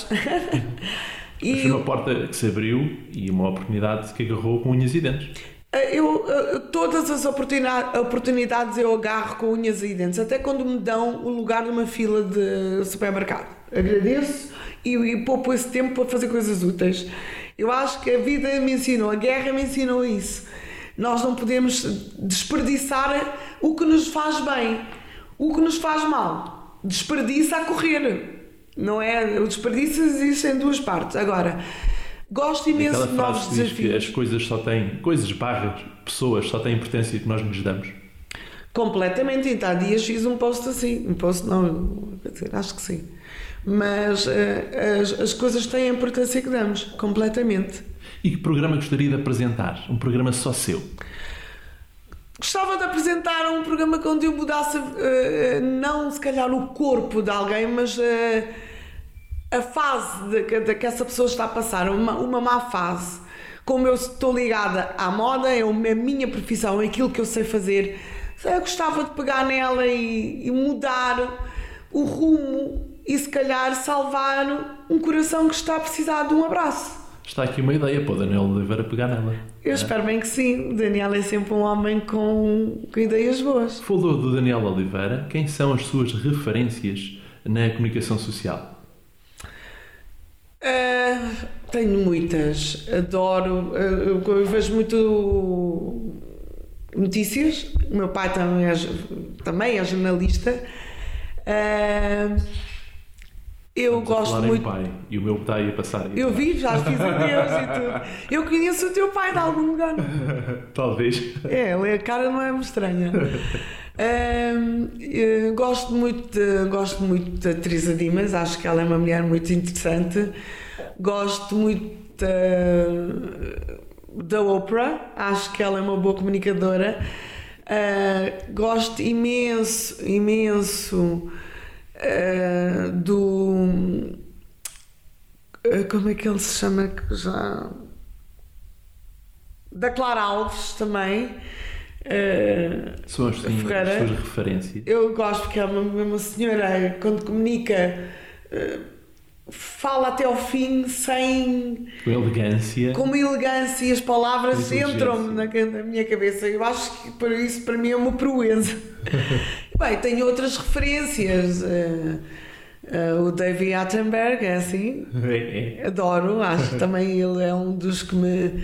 Mas foi uma porta que se abriu e uma oportunidade que agarrou com unhas e dentes. Eu, eu, todas as oportunidades, oportunidades eu agarro com unhas e dentes, até quando me dão o lugar numa fila de supermercado. Agradeço e, e poupo esse tempo para fazer coisas úteis. Eu acho que a vida me ensinou, a guerra me ensinou isso. Nós não podemos desperdiçar o que nos faz bem, o que nos faz mal. Desperdiça a correr, não é? O desperdício existe em duas partes. Agora, gosto imenso Aquela de novos frase que diz que desafios. as coisas só têm, coisas barras, pessoas só têm a importância que nós nos damos. Completamente, então há dias fiz um post assim, um post não, quer dizer, acho que sim, mas uh, as, as coisas têm a importância que damos, completamente. E que programa gostaria de apresentar? Um programa só seu? Gostava de apresentar um programa onde eu mudasse, uh, não se calhar o corpo de alguém, mas uh, a fase de, de, de que essa pessoa está a passar, uma, uma má fase. Como eu estou ligada à moda, é a minha profissão, é aquilo que eu sei fazer, eu gostava de pegar nela e, e mudar o rumo e se calhar salvar um coração que está a precisar de um abraço. Está aqui uma ideia para o Daniel Oliveira pegar nela. Eu é. espero bem que sim. O Daniel é sempre um homem com, com ideias boas. Falou do Daniel Oliveira. Quem são as suas referências na comunicação social? Uh, tenho muitas. Adoro. Uh, eu vejo muito notícias. O meu pai também é, também é jornalista. Uh, Eu Estamos gosto a falar muito. Em pai, e o meu pai ia passar aí. Eu vi, já fiz adeus e tudo. Eu conheço o teu pai de algum lugar. Talvez. É, a cara não é muito estranha. um, gosto muito de, gosto muito da Teresa Dimas, acho que ela é uma mulher muito interessante. Gosto muito da, da Oprah, acho que ela é uma boa comunicadora. Uh, gosto imenso, imenso. Uh, do uh, como é que ele se chama que já da Clara Alves também uh, são as, sim, as suas referências. Eu gosto porque é uma, uma senhora quando comunica uh, fala até ao fim sem com elegância, com uma elegância e as palavras entram-me na, na minha cabeça. Eu acho que por isso para mim é uma proeza. Bem, tenho outras referências. Uh, uh, o David Attenborough é assim. É, é. Adoro, acho que também ele é um dos que me,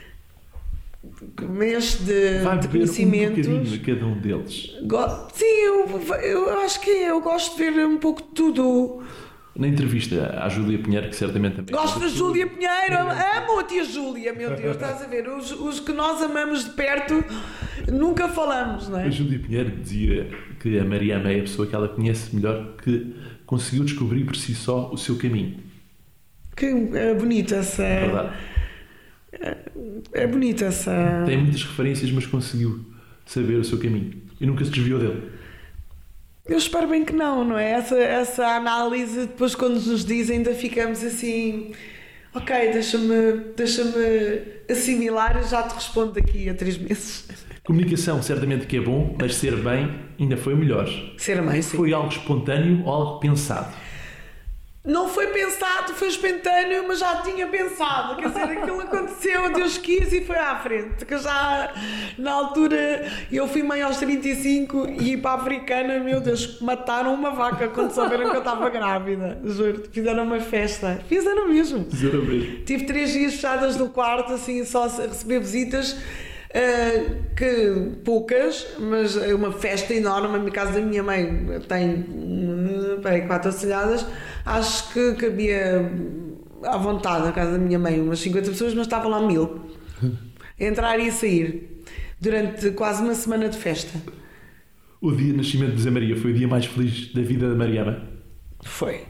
que me enche de, Vai de beber conhecimentos. Um bocadinho a cada um deles. Go- Sim, eu, eu acho que eu gosto de ver um pouco de tudo. Na entrevista à Júlia Pinheiro, que certamente também... Gosto da Júlia Pinheiro, amo a tia Júlia, meu Deus, estás a ver? Os, os que nós amamos de perto nunca falamos, não é? A Júlia Pinheiro dizia que a Mariama é a pessoa que ela conhece melhor, que conseguiu descobrir por si só o seu caminho. Que é bonita essa... É verdade. É, é bonita essa... Tem muitas referências, mas conseguiu saber o seu caminho. E nunca se desviou dele. Eu espero bem que não, não é? Essa, essa análise, depois quando nos dizem, ainda ficamos assim... Ok, deixa-me deixa-me assimilar e já te respondo daqui a três meses. Comunicação certamente que é bom, mas ser bem ainda foi melhor. Ser mãe, sim. Foi algo espontâneo ou algo pensado? Não foi pensado, foi espontâneo, mas já tinha pensado. Quer dizer, aquilo aconteceu, Deus quis e foi à frente. Que já, na altura, eu fui mãe aos trinta e cinco e para a africana, meu Deus, mataram uma vaca quando souberam que eu estava grávida. Juro, fizeram uma festa. Fizeram mesmo. Fizeram mesmo. Tive três dias fechadas no quarto, assim, só a receber visitas. Uh, que poucas, mas é uma festa enorme. A casa da minha mãe tem uh, bem, quatro assalhadas. Acho que cabia à vontade na casa da minha mãe umas cinquenta pessoas, mas estavam lá mil. Entrar e sair durante quase uma semana de festa. O dia de nascimento de Zé Maria foi o dia mais feliz da vida da Mariama? Foi.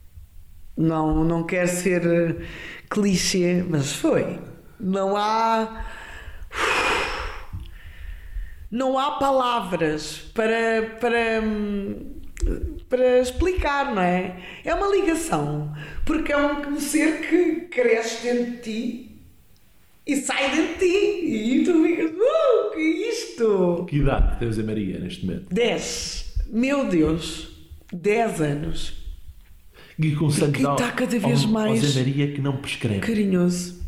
Não, não quero ser uh, clichê, mas foi. Não há Não há palavras para, para, para explicar, não é? É uma ligação, porque é um ser que cresce dentro de ti e sai dentro de ti e tu ficas, uh, que é isto? Que idade tem o Zé Maria neste momento? dez. Meu Deus, dez anos. E conselho que está cada vez ao, mais ao Zé Maria que não prescreve. Carinhoso.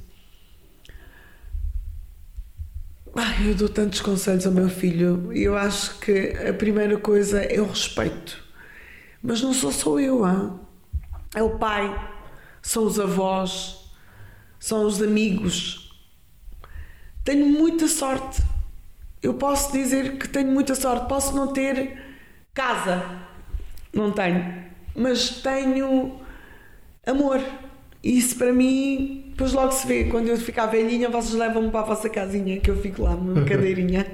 Ai, eu dou tantos conselhos ao meu filho e eu acho que a primeira coisa é o respeito. Mas não sou só eu, hein? É o pai, são os avós, são os amigos. Tenho muita sorte. Eu posso dizer que tenho muita sorte. Posso não ter casa, não tenho, mas tenho amor. Isso para mim, depois logo se vê. Quando eu ficar velhinha, vocês levam-me para a vossa casinha, que eu fico lá numa cadeirinha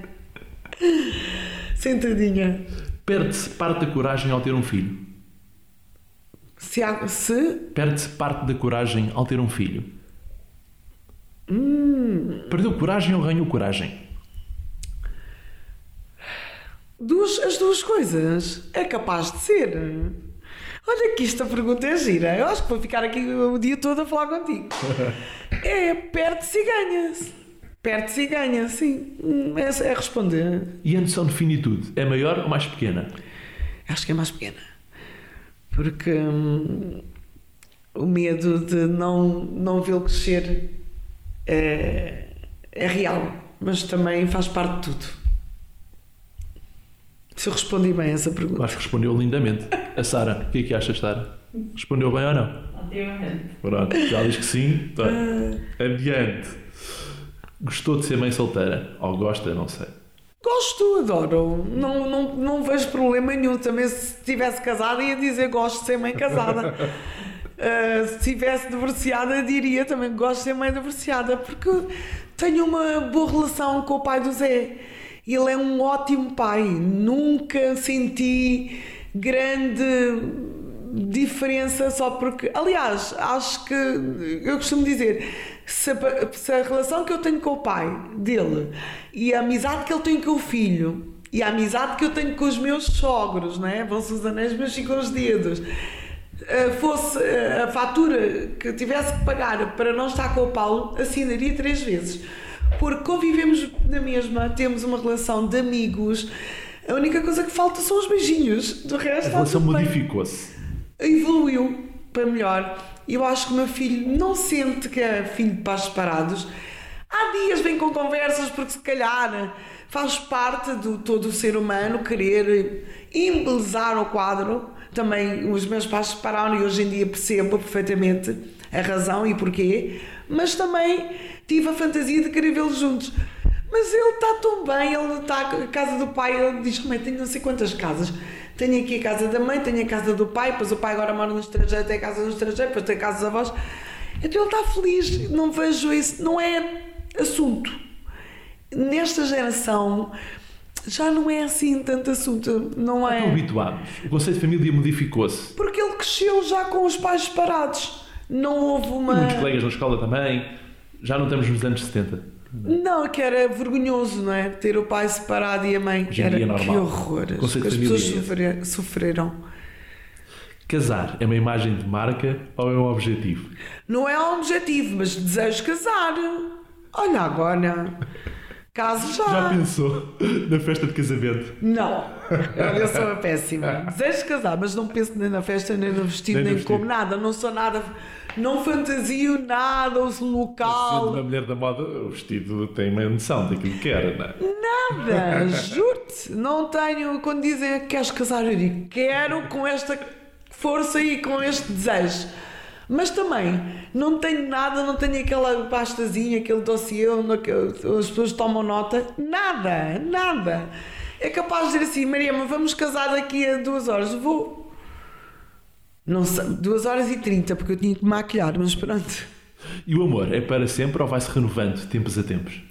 sentadinha. Perde-se parte da coragem ao ter um filho? Se, há, se... Perde-se parte da coragem ao ter um filho? Hum. Perdeu coragem ou ganhou coragem? Duas, as duas coisas. É capaz de ser. Olha que esta pergunta é gira. Eu acho que vou ficar aqui o dia todo a falar contigo. É, perde-se e ganha-se. Perde-se e ganha, sim. É, é responder. E a noção de finitude é maior ou mais pequena? Acho que é mais pequena. Porque hum, o medo de não, não vê-lo crescer é, é real, mas também faz parte de tudo. Se eu respondi bem a essa pergunta. Acho que respondeu lindamente. A Sara, o que é que achas, Sara? Respondeu bem ou não? Obviamente. Pronto, já diz que sim. Tá. Adiante. Gostou de ser mãe solteira? Ou gosta? Não sei. Gosto, adoro. Não, não, não vejo problema nenhum. Também se estivesse casada ia dizer gosto de ser mãe casada. uh, se estivesse divorciada diria também gosto de ser mãe divorciada. Porque tenho uma boa relação com o pai do Zé. Ele é um ótimo pai. Nunca senti grande diferença só porque... Aliás, acho que... Eu costumo dizer... Se a, se a relação que eu tenho com o pai dele e a amizade que ele tem com o filho e a amizade que eu tenho com os meus sogros, não é? Vão-se os anéis, mas ficam os dedos, fosse a fatura que eu tivesse que pagar para não estar com o Paulo, assinaria três vezes. Porque convivemos na mesma, temos uma relação de amigos, a única coisa que falta são os beijinhos, do resto a relação modificou-se. Evoluiu para melhor. Eu acho que o meu filho não sente que é filho de pais separados. Há dias vem com conversas porque se calhar faz parte do todo o ser humano querer embelezar o quadro. Também os meus pais separaram e hoje em dia percebo perfeitamente a razão e porquê. Mas também tive a fantasia de querer vê-los juntos. Mas ele está tão bem, ele está na casa do pai, ele diz, mãe, tenho não sei quantas casas. Tenho aqui a casa da mãe, tenho a casa do pai, depois o pai agora mora no estrangeiro, tem a casa no estrangeiro, depois tem a casa dos avós. Então ele está feliz, não vejo isso, não é assunto. Nesta geração já não é assim tanto assunto, não é? Estão habituados, o conceito de família modificou-se. Porque ele cresceu já com os pais separados, não houve uma... E muitos colegas na escola também, já não estamos nos anos setenta. Não, que era vergonhoso, não é? Ter o pai separado e a mãe. Hoje em era dia é normal. Que horror. As, as pessoas sofrer, sofreram. Casar é uma imagem de marca ou é um objetivo? Não é um objetivo, mas desejo casar. Olha agora. Caso já. Já pensou na festa de casamento? Não. Eu sou a péssima. Desejo casar, mas não penso nem na festa, nem no vestido, nem, nem no vestido. Como nada. Não sou nada... Não fantasio nada, o local. Sendo uma mulher da moda, o vestido tem uma noção daquilo que quer, não é? Nada, juro-te. Não tenho. Quando dizem que queres casar, eu digo quero com esta força e com este desejo. Mas também não tenho nada, não tenho aquela pastazinha, aquele dossiê onde as pessoas tomam nota. Nada, nada. É capaz de dizer assim, Maria, mas vamos casar daqui a duas horas. Vou. Não sei, duas horas e trinta, porque eu tinha que me maquilhar, mas pronto. E o amor é para sempre ou vai-se renovando de tempos a tempos?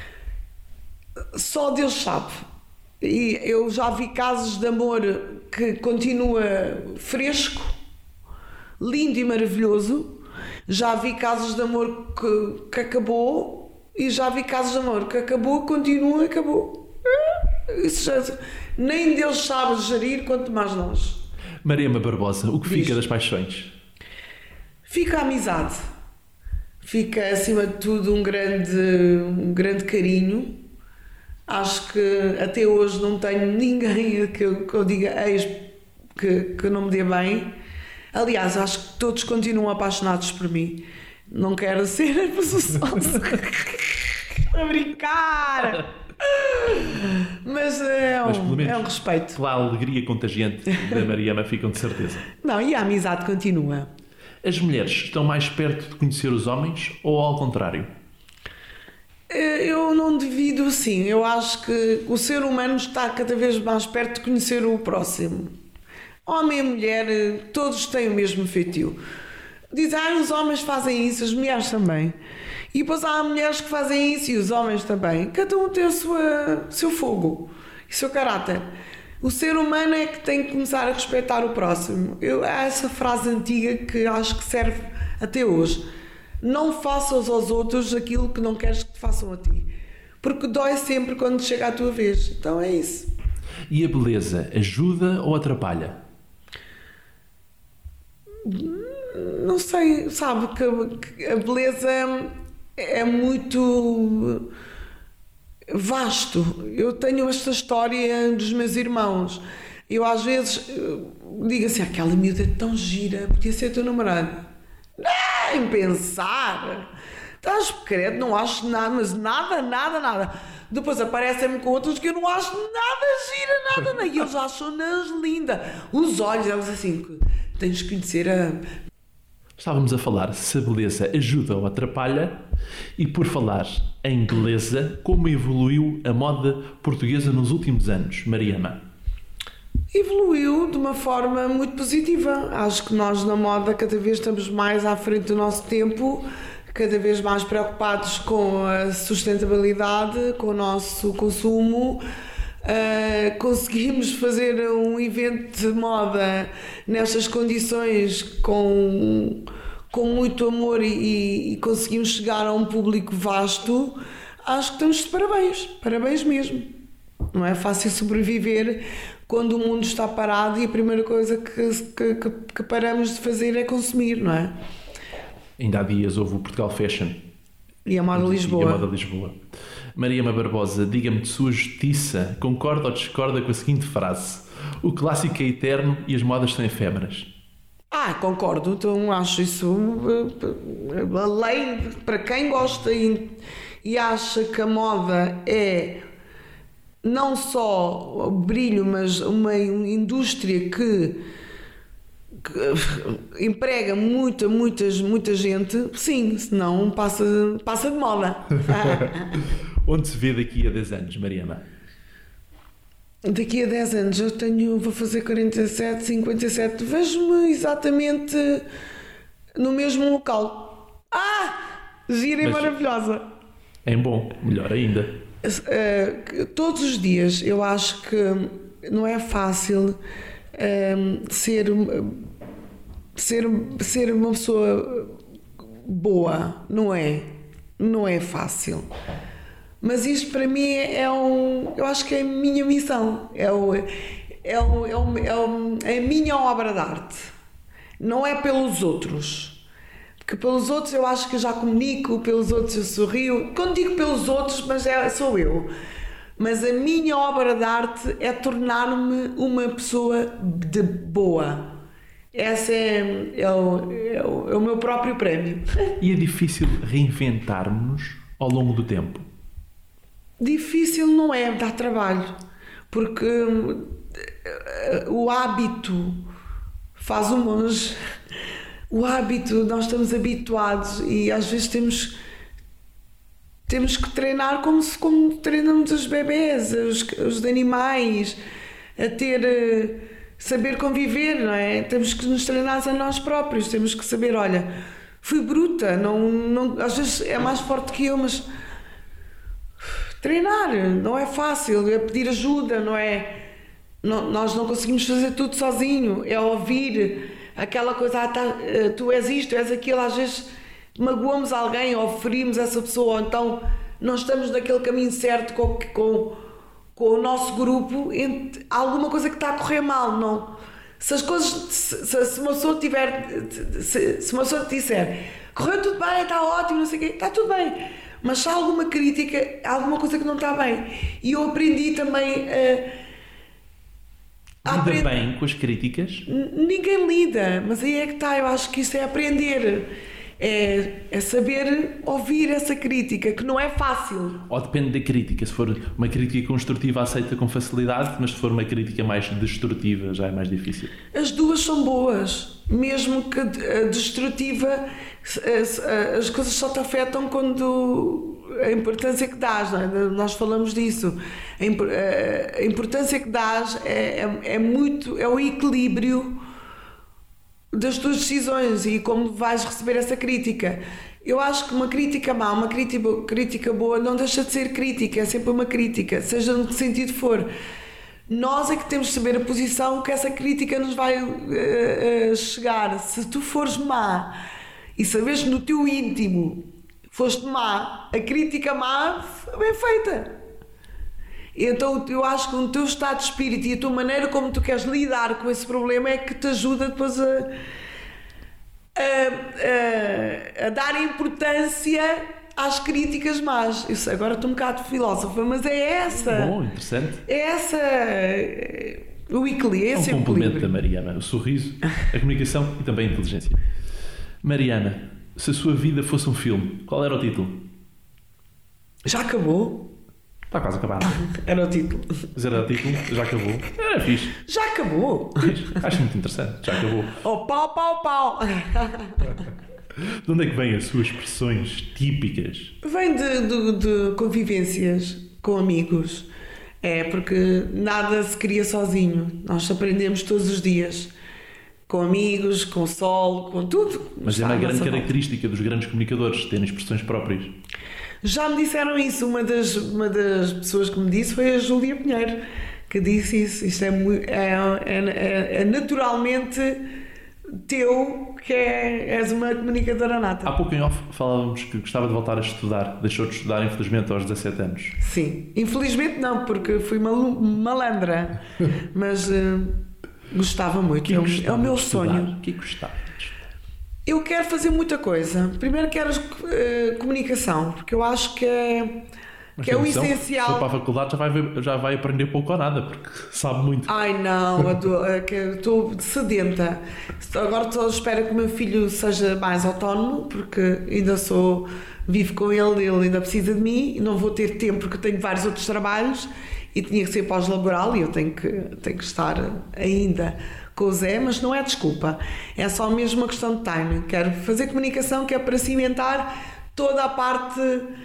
Só Deus sabe. E eu já vi casos de amor que continua fresco, lindo e maravilhoso. Já vi casos de amor que, que acabou e já vi casos de amor que acabou, continua, acabou. Isso já, nem Deus sabe gerir, quanto mais nós. Marema Barbosa, o que Diz. fica das paixões? Fica a amizade. Fica, acima de tudo, um grande, um grande carinho. Acho que até hoje não tenho ninguém que eu, que eu diga ex que, que não me dê bem. Aliás, acho que todos continuam apaixonados por mim. Não quero ser a presunçosa. A brincar! Mas é um, Mas, pelo menos, é um respeito. Pela alegria contagiante da Mariana ficam de certeza. Não, e a amizade continua. As mulheres estão mais perto de conhecer os homens ou ao contrário? Eu não divido assim. Eu acho que o ser humano está cada vez mais perto de conhecer o próximo. Homem e mulher, todos têm o mesmo feitio. Dizem, ah, os homens fazem isso, as mulheres também. E depois há mulheres que fazem isso e os homens também. Cada um tem o sua, seu fogo e o seu caráter. O ser humano é que tem que começar a respeitar o próximo. Eu, há essa frase antiga que acho que serve até hoje. Não faças aos outros aquilo que não queres que te façam a ti. Porque dói sempre quando chega a tua vez. Então é isso. E a beleza ajuda ou atrapalha? Não sei, sabe que a beleza é muito vasto. Eu tenho esta história dos meus irmãos. Eu às vezes digo assim, aquela miúda é tão gira, podia ser teu namorado. Nem pensar. Estás credo, não acho nada, mas nada, nada, nada. Depois aparecem-me com outros que eu não acho nada gira, nada, nada. E eles acham-nas linda. Os olhos, eles assim, tens que conhecer a... Estávamos a falar se a beleza ajuda ou atrapalha, e por falar em beleza, como evoluiu a moda portuguesa nos últimos anos, Mariana? Evoluiu de uma forma muito positiva. Acho que nós na moda cada vez estamos mais à frente do nosso tempo, cada vez mais preocupados com a sustentabilidade, com o nosso consumo. Uh, conseguimos fazer um evento de moda nestas condições com, com muito amor e, e conseguimos chegar a um público vasto. Acho que estamos de parabéns, parabéns mesmo. Não é fácil sobreviver quando o mundo está parado e a primeira coisa que, que, que, que paramos de fazer é consumir, não é? Ainda há dias houve o Portugal Fashion e a Moda Lisboa. E a Moda Lisboa. Mariana Barbosa, diga-me de sua justiça, concorda ou discorda com a seguinte frase: o clássico é eterno e as modas são efêmeras? Ah, concordo, então acho isso além, para quem gosta e, e acha que a moda é não só o brilho, mas uma indústria que, que emprega muita, muitas, muita gente, sim, senão passa, passa de moda. Onde se vê daqui a dez anos, Mariana? Daqui a dez anos eu tenho, vou fazer quarenta e sete, cinquenta e sete, vejo-me exatamente no mesmo local. Ah! Gira e Mas maravilhosa. É bom, melhor ainda. Uh, todos os dias eu acho que não é fácil uh, ser, ser, ser uma pessoa boa, não é? Não é fácil. Mas isto para mim é um, eu acho que é a minha missão, é, o, é, o, é, o, é, o, é a minha obra de arte, não é pelos outros, porque pelos outros eu acho que eu já comunico, pelos outros eu sorrio, quando digo pelos outros, mas é, sou eu, mas a minha obra de arte é tornar-me uma pessoa de boa. Esse é, é, o, é, o, é o meu próprio prémio. E é difícil reinventarmos-nos ao longo do tempo? Difícil não é, dá trabalho, porque o hábito faz o monge. O hábito, nós estamos habituados e às vezes temos, temos que treinar como, se, como treinamos os bebés, os, os animais, a ter, saber conviver, não é? Temos que nos treinar a nós próprios, temos que saber, olha, fui bruta, não, não, às vezes é mais forte que eu, mas treinar não é fácil, é pedir ajuda, não é? Não, nós não conseguimos fazer tudo sozinho, é ouvir aquela coisa, ah, tá, tu és isto, és aquilo, às vezes magoamos alguém ou ferimos essa pessoa, ou então não estamos naquele caminho certo com, com, com o nosso grupo, há alguma coisa que está a correr mal, não? Se as coisas, se, se uma pessoa tiver, se, se uma pessoa te disser, correu tudo bem, está ótimo, não sei o quê, está tudo bem. Mas se há alguma crítica, há alguma coisa que não está bem. E eu aprendi também a... a lida aprend... bem com as críticas? Ninguém lida, mas aí é que está. Eu acho que isso é aprender. É, é saber ouvir essa crítica, que não é fácil. Ou depende da crítica. Se for uma crítica construtiva, aceita com facilidade, mas se for uma crítica mais destrutiva, já é mais difícil. As duas são boas. Mesmo que a destrutiva, as coisas só te afetam quando a importância que dás, não é? Nós falamos disso. A importância que dás é, é, é muito, é o equilíbrio das tuas decisões e como vais receber essa crítica. Eu acho que uma crítica má, uma crítica, crítica boa não deixa de ser crítica, é sempre uma crítica, seja no que sentido for. Nós é que temos de saber a posição que essa crítica nos vai uh, uh, chegar. Se tu fores má e sabes no teu íntimo foste má, a crítica má é bem feita. Então eu acho que o teu estado de espírito e a tua maneira como tu queres lidar com esse problema é que te ajuda depois a, a, a, a dar importância às críticas más. Eu sei, agora estou um bocado filósofa, mas é essa. Bom, interessante. É essa. O equilíbrio. É um esse complemento equilíbrio. da Mariana, o sorriso, a comunicação e também a inteligência. Mariana, se a sua vida fosse um filme, qual era o título? Já acabou? Está quase a acabar. Era o título. Mas era o título, já acabou. Era fixe. Já acabou? Fixe. Acho muito interessante, já acabou. Oh, pau, pau, pau. De onde é que vêm as suas expressões típicas? Vem de, de, de convivências com amigos. É porque nada se cria sozinho. Nós aprendemos todos os dias. Com amigos, com o sol, com tudo. Mas é Está uma à grande nossa característica dos grandes comunicadores, terem expressões próprias. Já me disseram isso. Uma das, uma das pessoas que me disse foi a Júlia Pinheiro, que disse isso. Isto é, mui- é, é, é naturalmente teu, que é, és uma comunicadora nata. Há pouco em off falávamos que gostava de voltar a estudar. Deixou de estudar, infelizmente, aos dezassete anos. Sim. Infelizmente não, porque fui malu- malandra. Mas eh, gostava muito. Que É, o- gostava é o meu de estudar? sonho. O que é que gostava de estudar? Eu quero fazer muita coisa. Primeiro quero eh, comunicação, porque eu acho que é, Mas que é o atenção, essencial. Se for para a faculdade já vai, ver- já vai aprender pouco ou nada, porque sabe muito. Ai não, eu tô- é que eu estou sedenta. Agora só espero que o meu filho seja mais autónomo, porque ainda sou, vivo com ele, ele ainda precisa de mim, e não vou ter tempo porque tenho vários outros trabalhos e tinha que ser pós-laboral e eu tenho que, tenho que estar ainda com o Zé, mas não é desculpa, é só mesmo uma questão de timing. Quero fazer comunicação que é para cimentar toda a parte.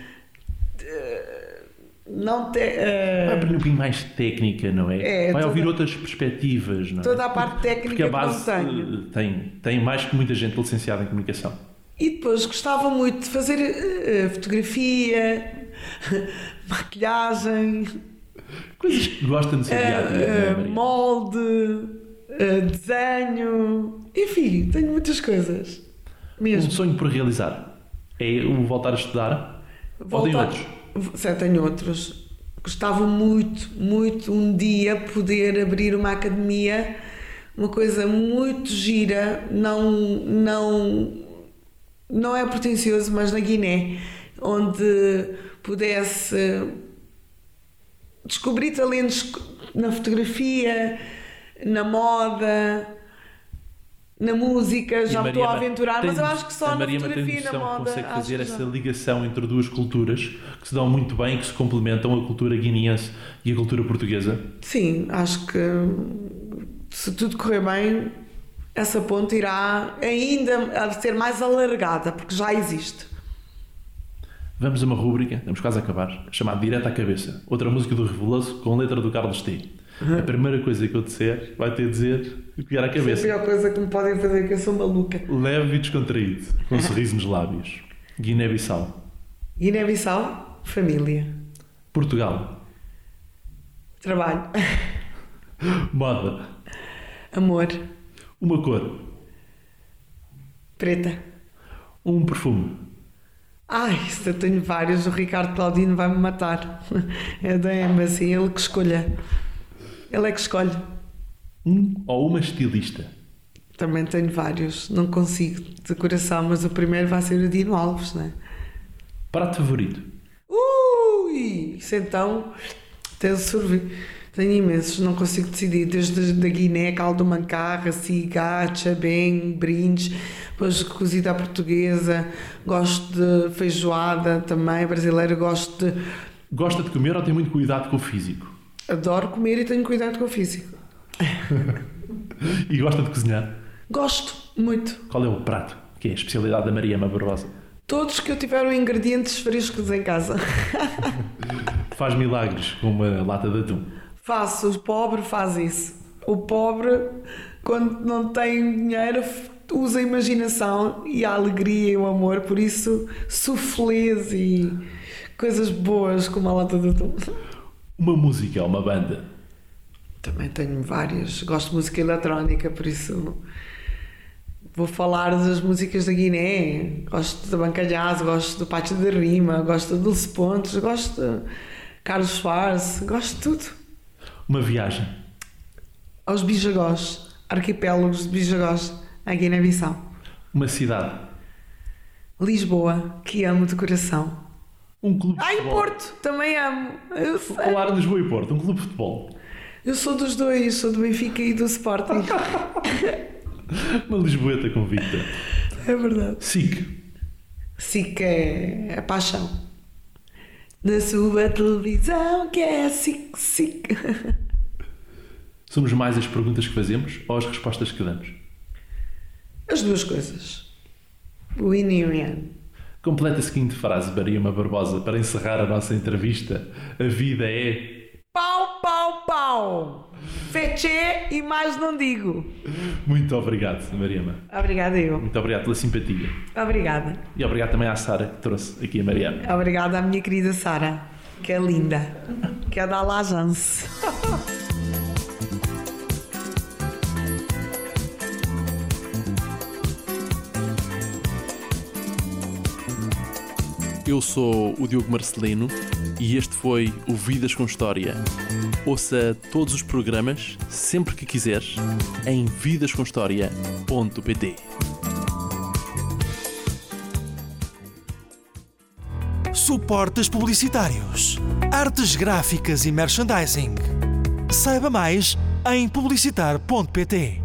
Não te, uh, Vai aprender um bocadinho mais técnica, não é? É, vai toda- ouvir outras perspectivas, não é? toda a parte técnica Porque a que não base tenho. eh, tem, tem mais que muita gente licenciada em comunicação. E depois gostava muito de fazer eh, fotografia, maquilhagem, Coisas que gosta de ser dia a dia, eh, não é, eh, Maria? molde, eh, desenho, enfim, tenho muitas coisas. Um Mesmo. sonho por realizar é o voltar a estudar? Ou tem Voltar- outros? Sim, tenho outros. Gostava muito, muito um dia poder abrir uma academia, uma coisa muito gira, não, não, não é pretencioso, mas na Guiné, onde pudesse descobrir talentos na fotografia, na moda, na música. Já E me estou a Mariana aventurar, mas tem- eu acho que só a na Mariana tem fotografia e na noção que moda. consegue acho fazer que essa já. ligação entre duas culturas que se dão muito bem, que se complementam, a cultura guineense e a cultura portuguesa. Sim, acho que se tudo correr bem, essa ponte irá ainda a ser mais alargada, porque já existe. Vamos a uma rúbrica, estamos quase a acabar, chamada Direto à Cabeça. Outra música do Reveloso com letra do Carlos T. A primeira coisa que eu disser vai ter de dizer o que vier à Essa é a cabeça. pior coisa que me podem fazer, que eu sou maluca. Leve e descontraído, com um sorriso nos lábios. Guiné-Bissau. Guiné-Bissau, família, Portugal. trabalho, Moda. amor, Uma cor. preta. Um perfume. Ai, se eu tenho vários, o Ricardo Claudino vai-me matar. É da Embassy, ele que escolha. Ele é que escolhe. Um ou uma estilista. Também tenho vários, não consigo de coração, mas o primeiro vai ser o Dino Alves, não é? Prato favorito. Ui! Isso então, tenho sorvete. Tenho imensos, não consigo decidir. Desde da Guiné, caldo mancarra, cigacha, bem, brindes, depois cozida à portuguesa. Gosto de feijoada também, brasileira. Gosto de. Gosta de comer ou tem muito cuidado com o físico? Adoro comer e tenho cuidado com o físico. E gosta de cozinhar? Gosto muito. Qual é o prato que é a especialidade da Mariana Barbosa? Todos que eu tiver ingredientes frescos em casa. Faz milagres com uma lata de atum. Faço, o pobre faz isso. O pobre, quando não tem dinheiro, usa a imaginação e a alegria e o amor, por isso, soufflés e coisas boas como a lata de atum. Uma música ou uma banda? Também tenho várias. Gosto de música eletrónica, por isso vou falar das músicas da Guiné. Gosto da Bancalhaz, gosto do Pátio da Rima, gosto do Dulce Pontes, gosto de Carlos Soares, gosto de tudo. Uma viagem. Aos Bijagós, arquipélagos de Bijagós, na Guiné-Bissau. Uma cidade. Lisboa, que amo de coração. Um clube de Ai, futebol. Porto, também amo. Eu sei. Falar de Lisboa e Porto, um clube de futebol. Eu sou dos dois, sou do Benfica e do Sporting. Uma lisboeta convicta. É verdade. S I C. SIC é a paixão. Na sua televisão que é SIC, SIC. Somos mais as perguntas que fazemos ou as respostas que damos? As duas coisas. O yin e o yang. Completa a seguinte frase, Mariama Barbosa, para encerrar a nossa entrevista. A vida é... Pau, pau, pau. Fechê e mais não digo. Muito obrigado, Mariama. Obrigada eu. Muito obrigado pela simpatia. Obrigada. E obrigado também à Sara que trouxe aqui a Mariama. Obrigada à minha querida Sara, que é linda. Que é da L'Agence. Eu sou o Diogo Marcelino e este foi o Vidas com História. Ouça todos os programas, sempre que quiseres, em vidas com história ponto pt. Suportes publicitários, artes gráficas e merchandising. Saiba mais em publicitar ponto pt.